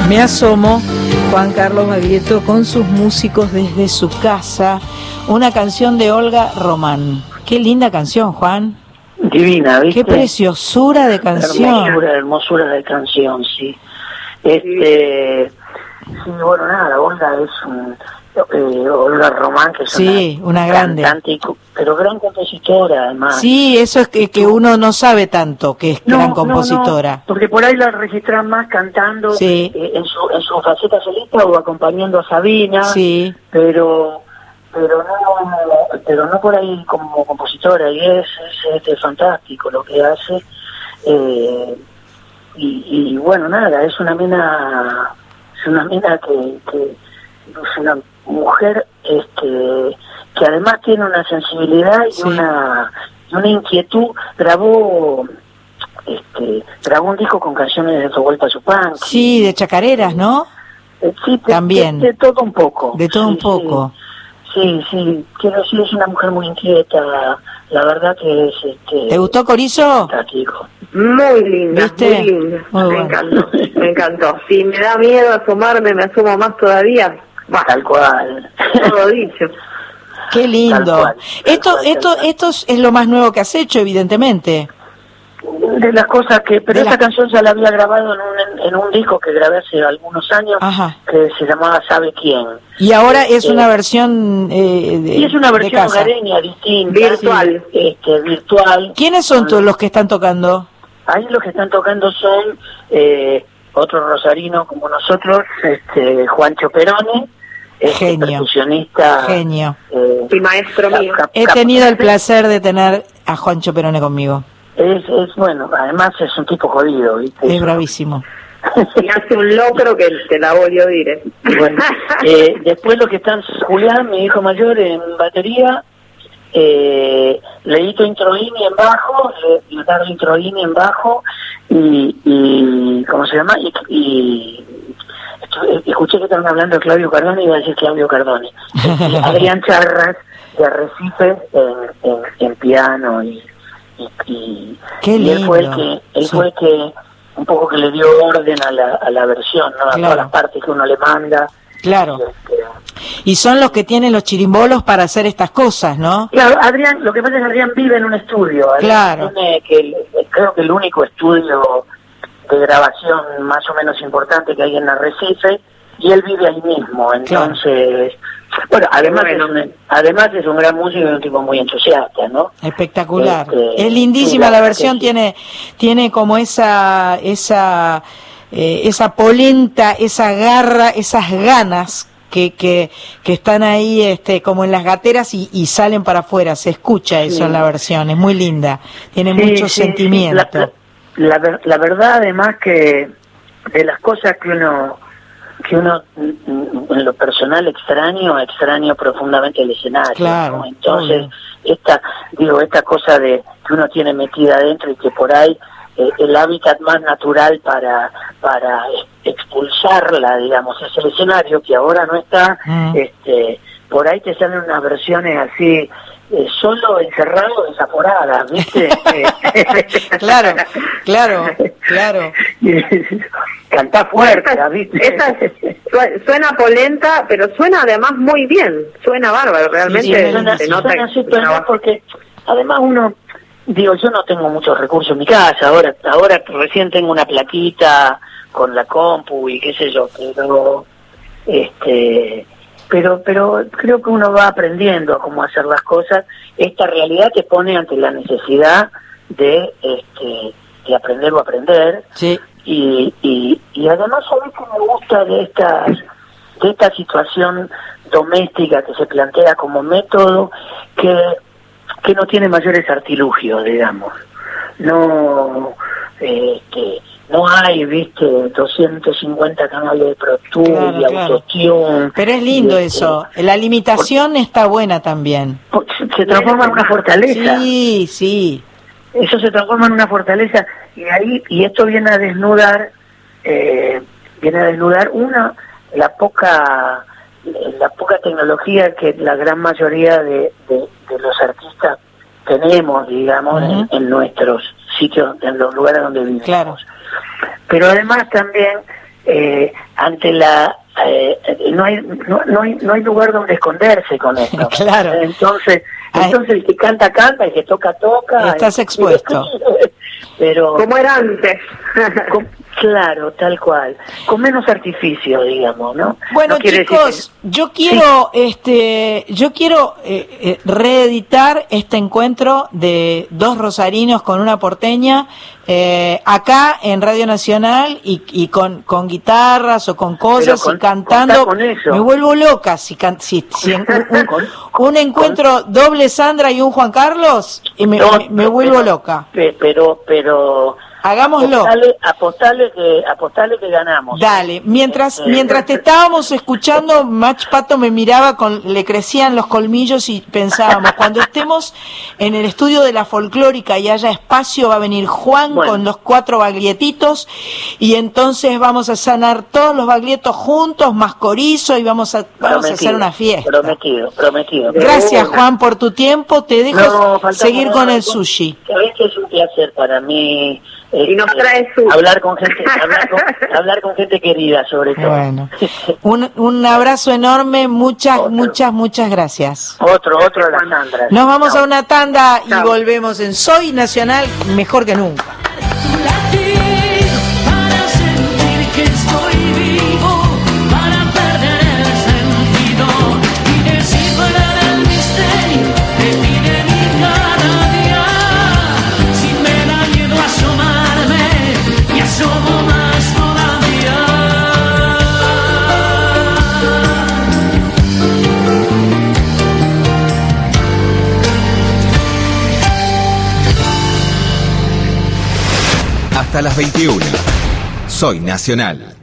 Me asomo, Juan Carlos Baglietto con sus músicos desde su casa, una canción de Olga Román. Qué linda canción, Juan. Divina, ¿viste? Qué preciosura de canción. Hermosura de canción, sí. Sí, bueno, nada, Olga es Olga Román, que es una grande cantante, pero gran compositora además. Sí, eso es que uno no sabe tanto que es gran compositora. No, porque por ahí la registran más cantando en su faceta solista o acompañando a Sabina, pero no por ahí como compositora, y es fantástico lo que hace. Y bueno, nada, es una mina que es una mujer que además tiene una sensibilidad y una inquietud. Grabó un disco con canciones de Atahualpa Yupanqui. Sí, de chacareras, ¿no? Sí, también. De todo un poco. De todo un poco. Sí, quiero decir, es una mujer muy inquieta. La verdad que es... ¿Te gustó Corizo? Muy linda, ¿viste? Muy linda. Me encantó. Si me da miedo asomarme, me asomo más todavía. Tal cual. Todo dicho. Qué lindo. Esto es lo más nuevo que has hecho, evidentemente. De las cosas pero esa canción ya la había grabado en un disco que grabé hace algunos años. Ajá. Que se llamaba Sabe Quién. Y ahora es una versión y es una versión hogareña, distinta, virtual. ¿Quiénes son todos los que están tocando? Ahí los que están tocando son otro rosarino como nosotros, Juancho Perone, percusionista, genio, y maestro mío. He tenido el placer de tener a Juancho Perone conmigo. Es bueno, además es un tipo jodido, ¿viste? Es bravísimo. Y hace un locro que te la voy a oír. Bueno, después lo que están Julián, mi hijo mayor, en batería, Leito Introini en bajo, Leonardo Introini en bajo, y ¿cómo se llama? Y escuché que estaban hablando de Claudio Cardone y iba a decir Claudio Cardone. Y Adrián Charras de Arrecife en piano y él fue el que un poco que le dio orden a la versión, ¿no? A todas las partes que uno le manda. Claro. Y son los que tienen los chirimbolos para hacer estas cosas, ¿no? Claro, Adrián, lo que pasa es que Adrián vive en un estudio. Claro. Creo que el único estudio de grabación más o menos importante que hay en Arrecife, y él vive ahí mismo, entonces... Bueno, además es un gran músico y un tipo muy entusiasta, ¿no? Espectacular. Es lindísima la versión, tiene como esa polenta, esa garra, esas ganas que están ahí como en las gateras y salen para afuera, se escucha eso en la versión, es muy linda, tiene mucho sentimiento. La verdad, además, que de las cosas que uno en lo personal extraño profundamente el escenario, claro, ¿no? Entonces esta cosa de que uno tiene metida adentro y que por ahí el hábitat más natural para expulsarla, digamos, es el escenario, que ahora no está. Por ahí te salen unas versiones así, solo encerrado, desaforadas, ¿viste? Claro. Cantá fuerte, ¿viste? Esa suena polenta, pero suena además muy bien, suena bárbaro, realmente. Suena súper, porque además yo no tengo muchos recursos en mi casa, ahora recién tengo una plaquita con la compu y qué sé yo, pero creo que uno va aprendiendo a cómo hacer las cosas. Esta realidad te pone ante la necesidad de aprender o aprender. Sí. Y además, ¿sabes qué me gusta de esta situación doméstica que se plantea como método? Que no tiene mayores artilugios, digamos. No hay, viste, 250 canales de Pro Tools y Autotune. Pero es lindo eso. La limitación está buena también. Se transforma en una fortaleza. Sí. Eso se transforma en una fortaleza y esto viene a desnudar la poca tecnología que la gran mayoría de los artistas tenemos, digamos, en nuestros sitios, en los lugares donde vivimos. Claro. Pero además también ante la no hay lugar donde esconderse con esto. Claro. Entonces el que canta, el que toca. Estás expuesto. Pero como era antes. Claro, tal cual, con menos artificio, digamos, ¿no? Bueno, no chicos, yo quiero reeditar este encuentro de dos rosarinos con una porteña acá en Radio Nacional y con guitarras o con cosas y cantando. Me vuelvo loca si un encuentro doble Sandra y un Juan Carlos y me vuelvo loca. Pero hagámoslo. Apostale que ganamos. Dale, mientras te estábamos escuchando, Mach Pato me miraba, le crecían los colmillos y pensábamos, cuando estemos en el estudio de la folclórica y haya espacio, va a venir Juan con los 4 baglietitos y entonces vamos a sanar todos los baglietos juntos, más corizo, y vamos a hacer una fiesta. Prometido. Gracias, Juan, por tu tiempo. Te dejo seguir con el sushi. Sabés que es un placer para mí. Y nos trae su hablar con gente querida, sobre todo. Bueno, un abrazo enorme, muchas gracias. Otro a la Sandra. Nos vamos a una tanda y volvemos en Soy Nacional, mejor que nunca. Para sentir que estoy vivo, para perder el sentido y descifrar el misterio de ti, de mi cada día. Si me da miedo asomarme, y asomo más todavía. Hasta las 21. Soy Nacional.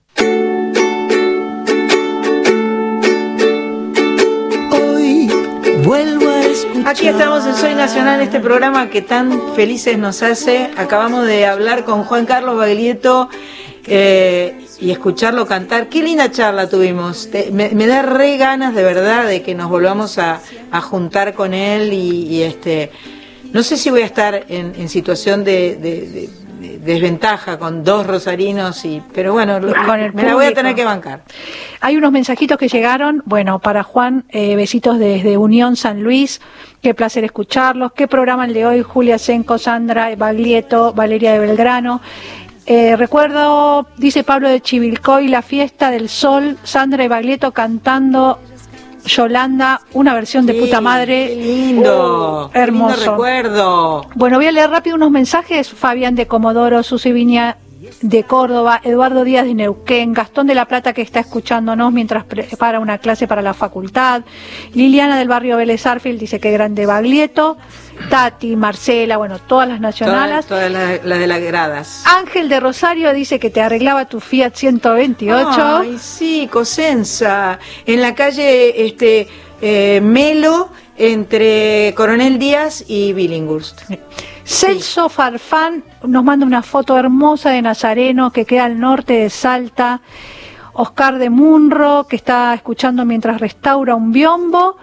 Hoy vuelvo a escuchar. Aquí estamos en Soy Nacional, este programa que tan felices nos hace. Acabamos de hablar con Juan Carlos Baglietto y escucharlo cantar. Qué linda charla tuvimos. Me da re ganas de verdad de que nos volvamos a juntar con él y no sé si voy a estar en situación de desventaja con dos rosarinos, pero bueno, me la voy a tener que bancar. Hay unos mensajitos que llegaron, bueno, para Juan, besitos desde Unión San Luis, qué placer escucharlos, qué programa el de hoy, Julia Senco, Sandra Baglietto, Valeria de Belgrano. Recuerdo, dice Pablo de Chivilcoy, la fiesta del sol, Sandra y Baglietto cantando Yolanda, una versión de puta madre. Qué lindo, hermoso. Qué lindo recuerdo. Bueno, voy a leer rápido unos mensajes. Fabián de Comodoro, Susi Viña de Córdoba, Eduardo Díaz de Neuquén, Gastón de la Plata, que está escuchándonos mientras prepara una clase para la facultad, Liliana del barrio Vélez Arfield dice que grande Baglietto, Tati, Marcela, bueno, todas las nacionales. Todas las de las gradas. Ángel de Rosario dice que te arreglaba tu Fiat 128. Ay, sí, Cosenza, en la calle Melo, entre Coronel Díaz y Billinghurst. Celso Farfán nos manda una foto hermosa de Nazareno que queda al norte de Salta. Oscar de Munro, que está escuchando mientras restaura un biombo.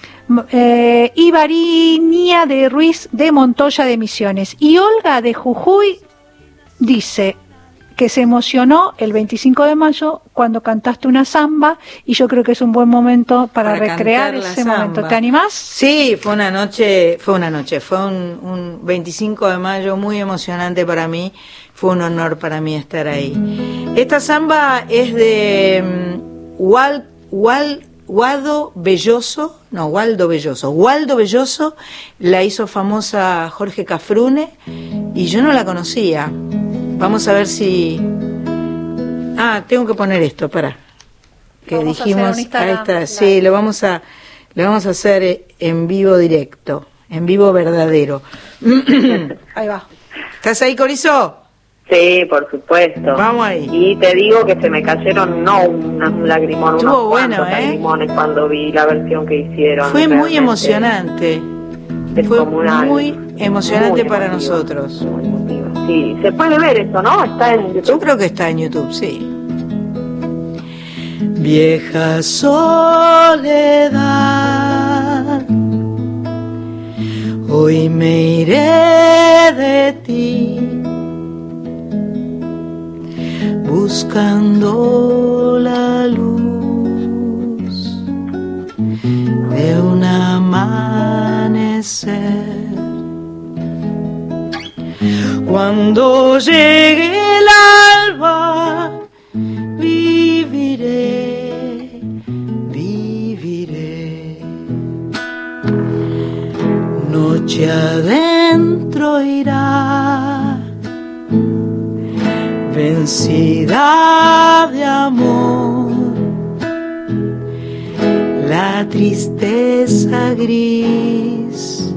Ibarinia de Ruiz de Montoya de Misiones. Y Olga de Jujuy dice que se emocionó el 25 de mayo cuando cantaste una samba, y yo creo que es un buen momento para recrear ese momento. ¿Te animás? Sí, fue un 25 de mayo muy emocionante para mí, fue un honor para mí estar ahí. Esta samba es de Waldo Belloso, la hizo famosa Jorge Cafrune y yo no la conocía. Vamos a ver si... tengo que poner esto, para que vamos dijimos, ahí está, sí, lo vamos a hacer en vivo directo, en vivo verdadero. Ahí va. ¿Estás ahí, Corizo? Sí, por supuesto. Vamos ahí. Y te digo que se me cayeron un lagrimón, estuvo bueno, lagrimones cuando vi la versión que hicieron. Fue muy emocionante. Fue muy emocionante para nosotros. Sí, se puede ver eso, ¿no? Está en YouTube. Yo creo que está en YouTube, sí. Vieja soledad, hoy me iré de ti, buscando la luz de un amanecer. Cuando llegue el alba, viviré, viviré. Noche adentro irá, vencida de amor, la tristeza gris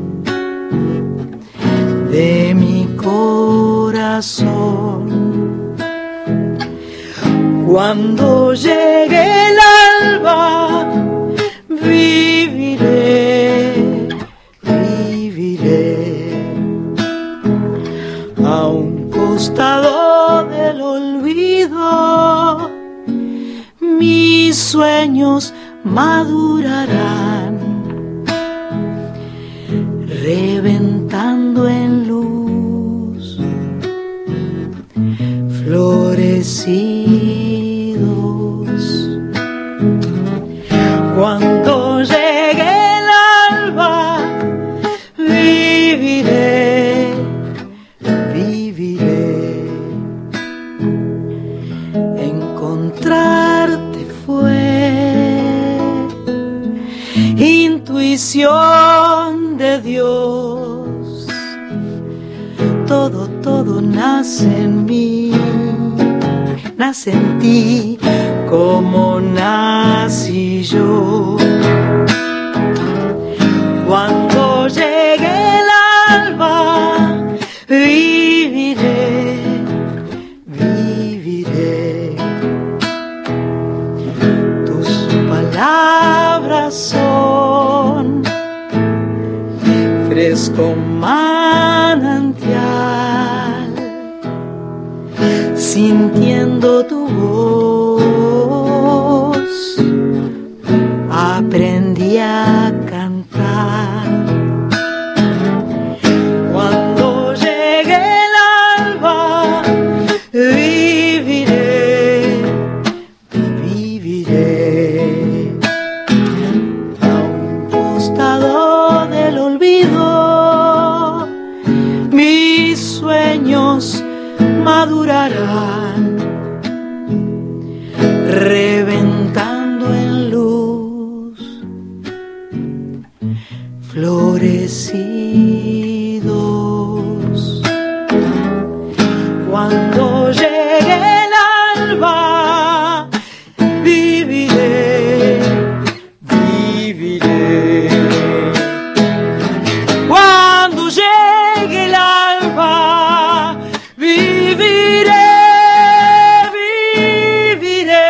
de mi corazón. Cuando llegue el alba, viviré, viviré a un costado del olvido. Mis sueños madurarán, reventando en luz, florecidos. Cuando llegue el alba, viviré, viviré. Encontrarte fue intuición de Dios. Todo, todo nace en mí, nace en ti, como nací yo. Cuando llegue el alba, viviré, viviré. Tus palabras son fresco manantial, sintiendo tu voz, aprendí a cantar. Cuando llegue el alba, viviré, viviré a un costado del olvido. Mis sueños madurarán, reventando en luz, florecidos. Cuando llegue el alba, viviré, viviré. Cuando llegue el alba, viviré, viviré.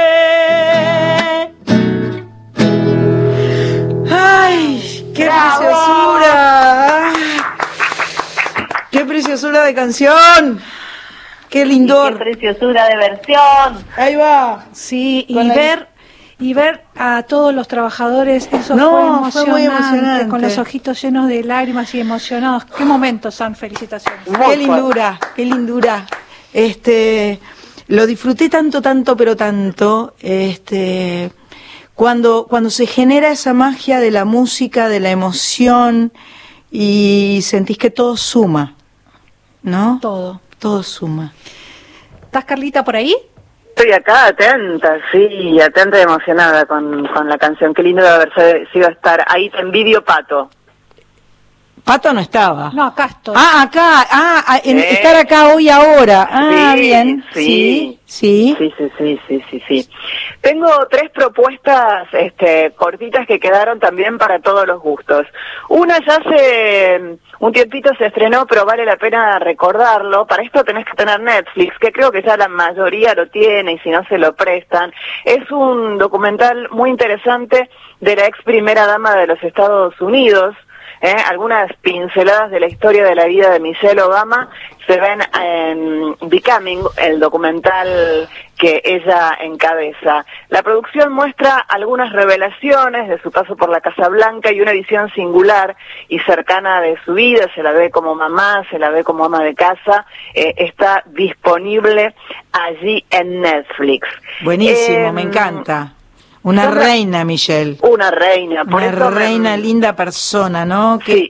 ¡Ay, qué preciosura! ¡Qué preciosura de canción! ¡Qué lindor! ¡Qué preciosura de versión! Ahí va. Sí, y ver a todos los trabajadores, eso fue muy emocionante, con los ojitos llenos de lágrimas y emocionados. Qué momentos, San, felicitaciones. Qué lindura, qué lindura. Lo disfruté tanto, pero tanto, cuando se genera esa magia de la música, de la emoción, y sentís que todo suma, ¿no? Todo suma. ¿Estás, Carlita, por ahí? Estoy acá atenta, sí, atenta y emocionada con la canción. Qué lindo de haber sido estar ahí. Te envidio, Pato. Pato no estaba. No, acá estoy. Acá. Estar acá hoy, ahora. Sí, bien. Sí. Sí. Tengo 3 propuestas cortitas que quedaron también para todos los gustos. Una ya hace un tiempito se estrenó, pero vale la pena recordarlo. Para esto tenés que tener Netflix, que creo que ya la mayoría lo tiene, y si no se lo prestan. Es un documental muy interesante de la ex primera dama de los Estados Unidos. Algunas pinceladas de la historia de la vida de Michelle Obama se ven en Becoming, el documental que ella encabeza. La producción muestra algunas revelaciones de su paso por la Casa Blanca y una visión singular y cercana de su vida. Se la ve como mamá, se la ve como ama de casa. Está disponible allí en Netflix. Buenísimo, me encanta. Una reina, Michelle. Una reina. Una reina, linda persona, ¿no? Sí.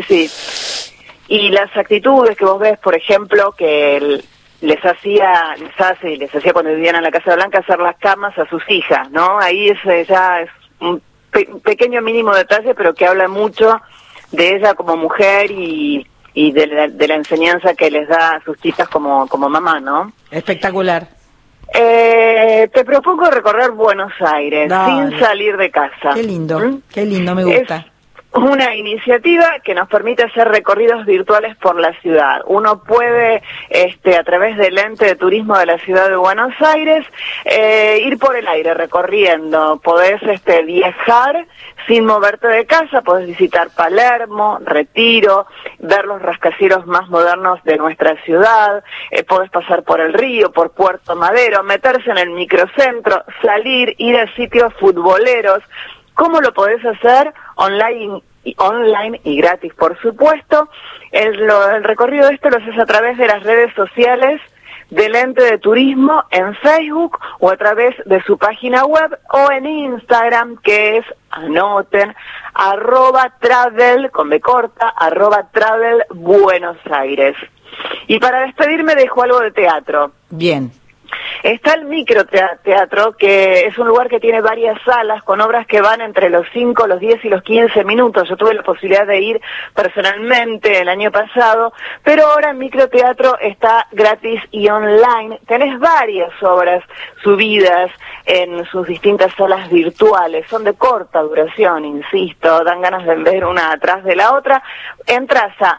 Y las actitudes que vos ves, por ejemplo, que les hace y les hacía cuando vivían en la Casa Blanca hacer las camas a sus hijas, ¿no? Ahí ya es un pequeño mínimo detalle, pero que habla mucho de ella como mujer y de la enseñanza que les da a sus chicas como mamá, ¿no? Espectacular. Te propongo recorrer Buenos Aires sin salir de casa. Qué lindo, qué lindo, me gusta. Una iniciativa que nos permite hacer recorridos virtuales por la ciudad. Uno puede, a través del ente de turismo de la ciudad de Buenos Aires, ir por el aire recorriendo. Podés viajar sin moverte de casa, podés visitar Palermo, Retiro, ver los rascacielos más modernos de nuestra ciudad, podés pasar por el río, por Puerto Madero, meterse en el microcentro, salir, ir a sitios futboleros. ¿Cómo lo podés hacer? Online y gratis, por supuesto. El recorrido de esto lo haces a través de las redes sociales del ente de turismo en Facebook o a través de su página web o en Instagram, que es, anoten, @travel, con B corta, @travel Buenos Aires. Y para despedirme dejo algo de teatro. Bien. Está el microteatro, que es un lugar que tiene varias salas con obras que van entre los 5, los 10 y los 15 minutos. Yo tuve la posibilidad de ir personalmente el año pasado, pero ahora el microteatro está gratis y online. Tenés varias obras subidas en sus distintas salas virtuales. Son de corta duración, insisto, dan ganas de ver una atrás de la otra. Entras a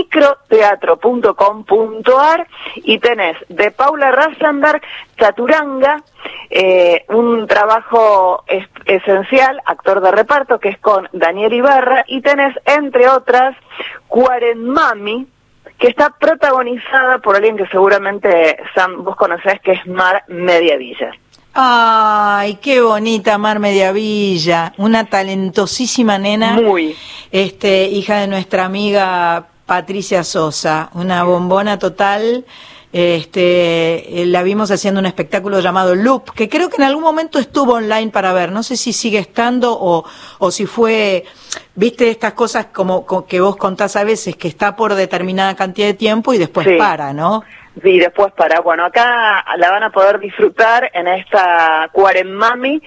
microteatro.com.ar y tenés de Paula Rasenberg, Chaturanga, un trabajo esencial, actor de reparto, que es con Daniel Ibarra, y tenés, entre otras, Cuarenmami, que está protagonizada por alguien que seguramente, Sam, vos conocés, que es Mar Mediavilla. Ay, qué bonita Mar Mediavilla, una talentosísima nena. Muy. Hija de nuestra amiga Patricia Sosa, una bombona total. La vimos haciendo un espectáculo llamado Loop, que creo que en algún momento estuvo online para ver, no sé si sigue estando o si fue, viste estas cosas como que vos contás a veces, que está por determinada cantidad de tiempo y después para, ¿no? Sí, después para. Bueno, acá la van a poder disfrutar en esta Cuarenmami,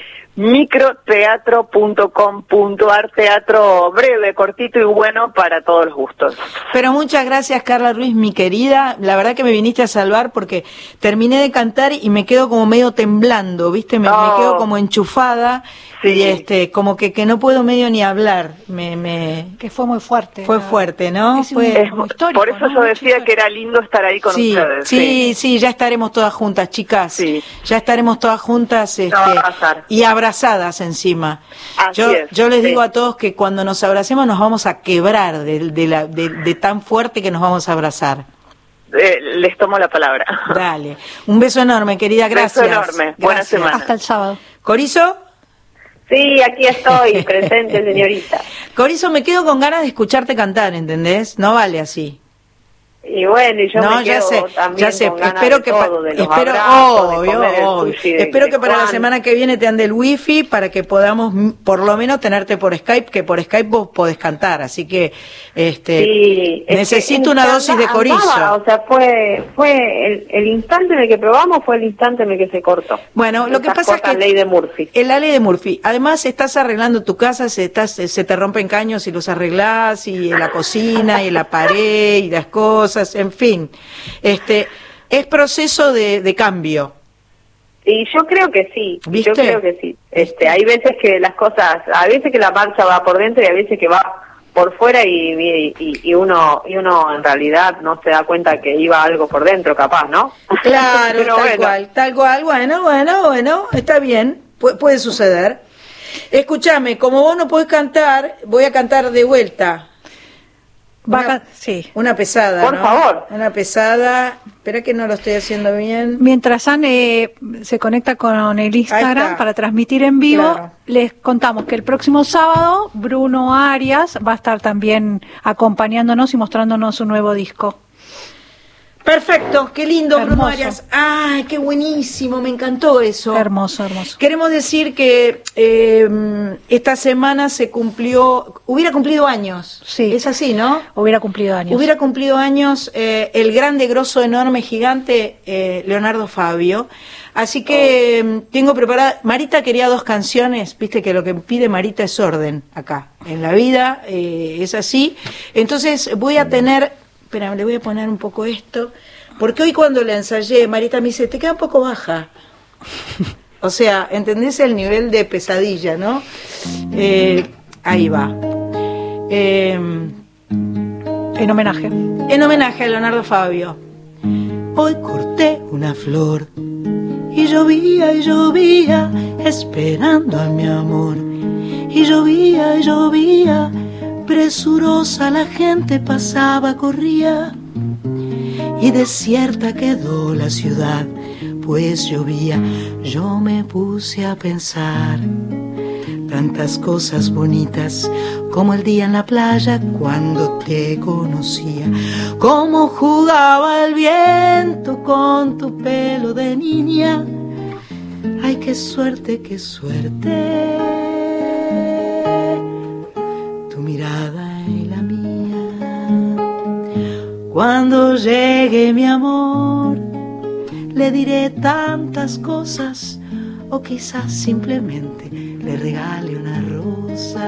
microteatro.com.ar, teatro breve, cortito y bueno para todos los gustos. Pero muchas gracias, Carla Ruiz, mi querida. La verdad que me viniste a salvar porque terminé de cantar y me quedo como medio temblando, ¿viste? Me quedo como enchufada. Sí. Y como que no puedo medio ni hablar. Que fue muy fuerte. Fue fuerte, ¿no? Es muy histórico, por eso yo decía que era lindo estar ahí con ustedes. Sí, ya estaremos todas juntas, chicas. Sí. Ya estaremos todas juntas y abrazadas encima. Yo les digo a todos que cuando nos abracemos nos vamos a quebrar de tan fuerte que nos vamos a abrazar. Les tomo la palabra. Dale. Un beso enorme, querida. Gracias. Beso enorme. Buena semana. Hasta el sábado. ¿Corizo? Sí, aquí estoy, presente, señorita. Corizo, me quedo con ganas de escucharte cantar, ¿entendés? No vale así. Y bueno, y yo me quedo también con ganas espero de que todo, de los espero abrazos, obvio. Espero que para la semana que viene te ande el wifi para que podamos por lo menos tenerte por Skype, que por Skype vos podés cantar, así que necesito una dosis de Corizo. O sea, fue el instante en el que probamos, fue el instante en el que se cortó. Bueno, lo que pasa es que la ley de Murphy. La ley de Murphy. Además estás arreglando tu casa, se te rompen caños y los arreglás, y en la cocina y en la pared y las cosas. En fin, es proceso de cambio. Y yo creo que sí. ¿Viste? Yo creo que sí. Hay veces que las cosas, a veces que la marcha va por dentro y a veces que va por fuera y uno en realidad no se da cuenta que iba algo por dentro, capaz, ¿no? Claro, tal cual. Bueno, está bien, puede suceder. Escúchame, como vos no podés cantar, voy a cantar de vuelta. Sí. Una pesada, Por favor. Una pesada. Espera que no lo estoy haciendo bien. Mientras Anne se conecta con el Instagram para transmitir en vivo, claro, les contamos que el próximo sábado Bruno Arias va a estar también acompañándonos y mostrándonos un nuevo disco. Perfecto, qué lindo, hermoso. Bruno Arias. Ay, qué buenísimo, me encantó eso. Hermoso, hermoso. Queremos decir que esta semana hubiera cumplido años. Sí. Es así, ¿no? Hubiera cumplido años. Hubiera cumplido años el grande, grosso, enorme, gigante Leonardo Fabio. Así que tengo preparada. Marita quería 2 canciones, viste que lo que pide Marita es orden acá. En la vida es así. Entonces voy a tener... Espera, le voy a poner un poco esto, porque hoy cuando la ensayé, Marita me dice, te queda un poco baja. O sea, ¿entendés el nivel de pesadilla, no? Ahí va. En homenaje. En homenaje a Leonardo Fabio. Hoy corté una flor y llovía, esperando a mi amor. Y llovía, presurosa la gente pasaba, corría, y desierta quedó la ciudad, pues llovía. Yo me puse a pensar tantas cosas bonitas, como el día en la playa cuando te conocía, cómo jugaba el viento con tu pelo de niña. Ay, qué suerte, mirada y la mía. Cuando llegue mi amor, le diré tantas cosas, o quizás simplemente le regale una rosa,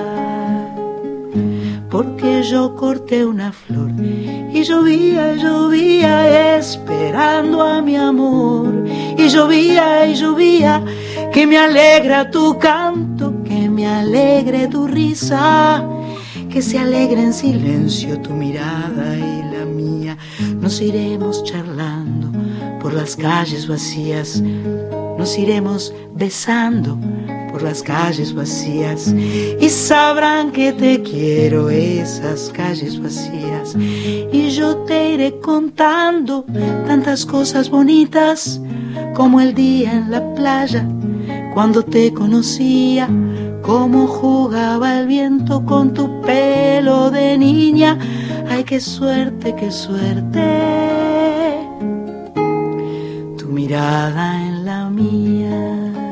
porque yo corté una flor y llovía esperando a mi amor. Y llovía, que me alegra tu canto, que me alegre tu risa, que se alegre en silencio tu mirada y la mía. Nos iremos charlando por las calles vacías, nos iremos besando por las calles vacías, y sabrán que te quiero esas calles vacías. Y yo te iré contando tantas cosas bonitas, como el día en la playa cuando te conocía, cómo jugaba el viento con tu pelo de niña. Ay, qué suerte, tu mirada en la mía.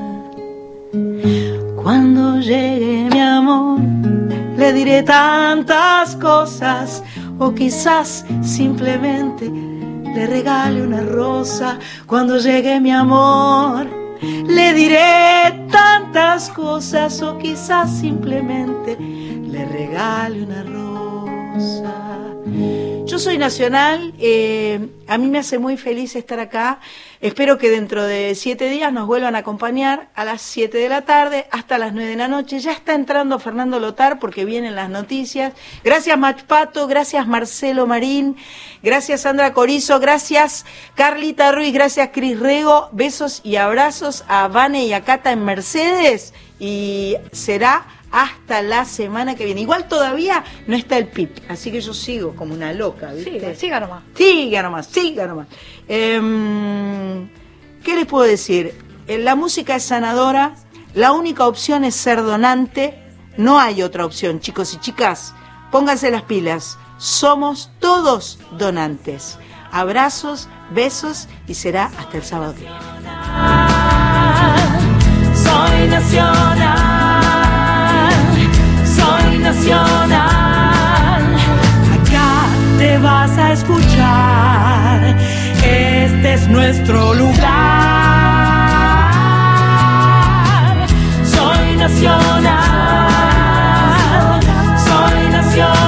Cuando llegue mi amor, le diré tantas cosas, o quizás simplemente le regale una rosa. Cuando llegue mi amor, le diré tantas cosas, o quizás simplemente le regale una rosa. Yo soy nacional, a mí me hace muy feliz estar acá. Espero que dentro de 7 días nos vuelvan a acompañar a las 7 de la tarde hasta las 9 de la noche. Ya está entrando Fernando Lotar porque vienen las noticias. Gracias Machpato, gracias Marcelo Marín, gracias Sandra Corizo, gracias Carlita Ruiz, gracias Cris Rego. Besos y abrazos a Vane y a Cata en Mercedes, y será hasta la semana que viene. Igual todavía no está el PIP, así que yo sigo como una loca, ¿viste? Siga nomás. ¿Qué les puedo decir? La música es sanadora, la única opción es ser donante, no hay otra opción, chicos y chicas. Pónganse las pilas, somos todos donantes. Abrazos, besos, y será hasta el sábado que viene. Soy nacional, acá te vas a escuchar, este es nuestro lugar. Soy nacional, soy nacional.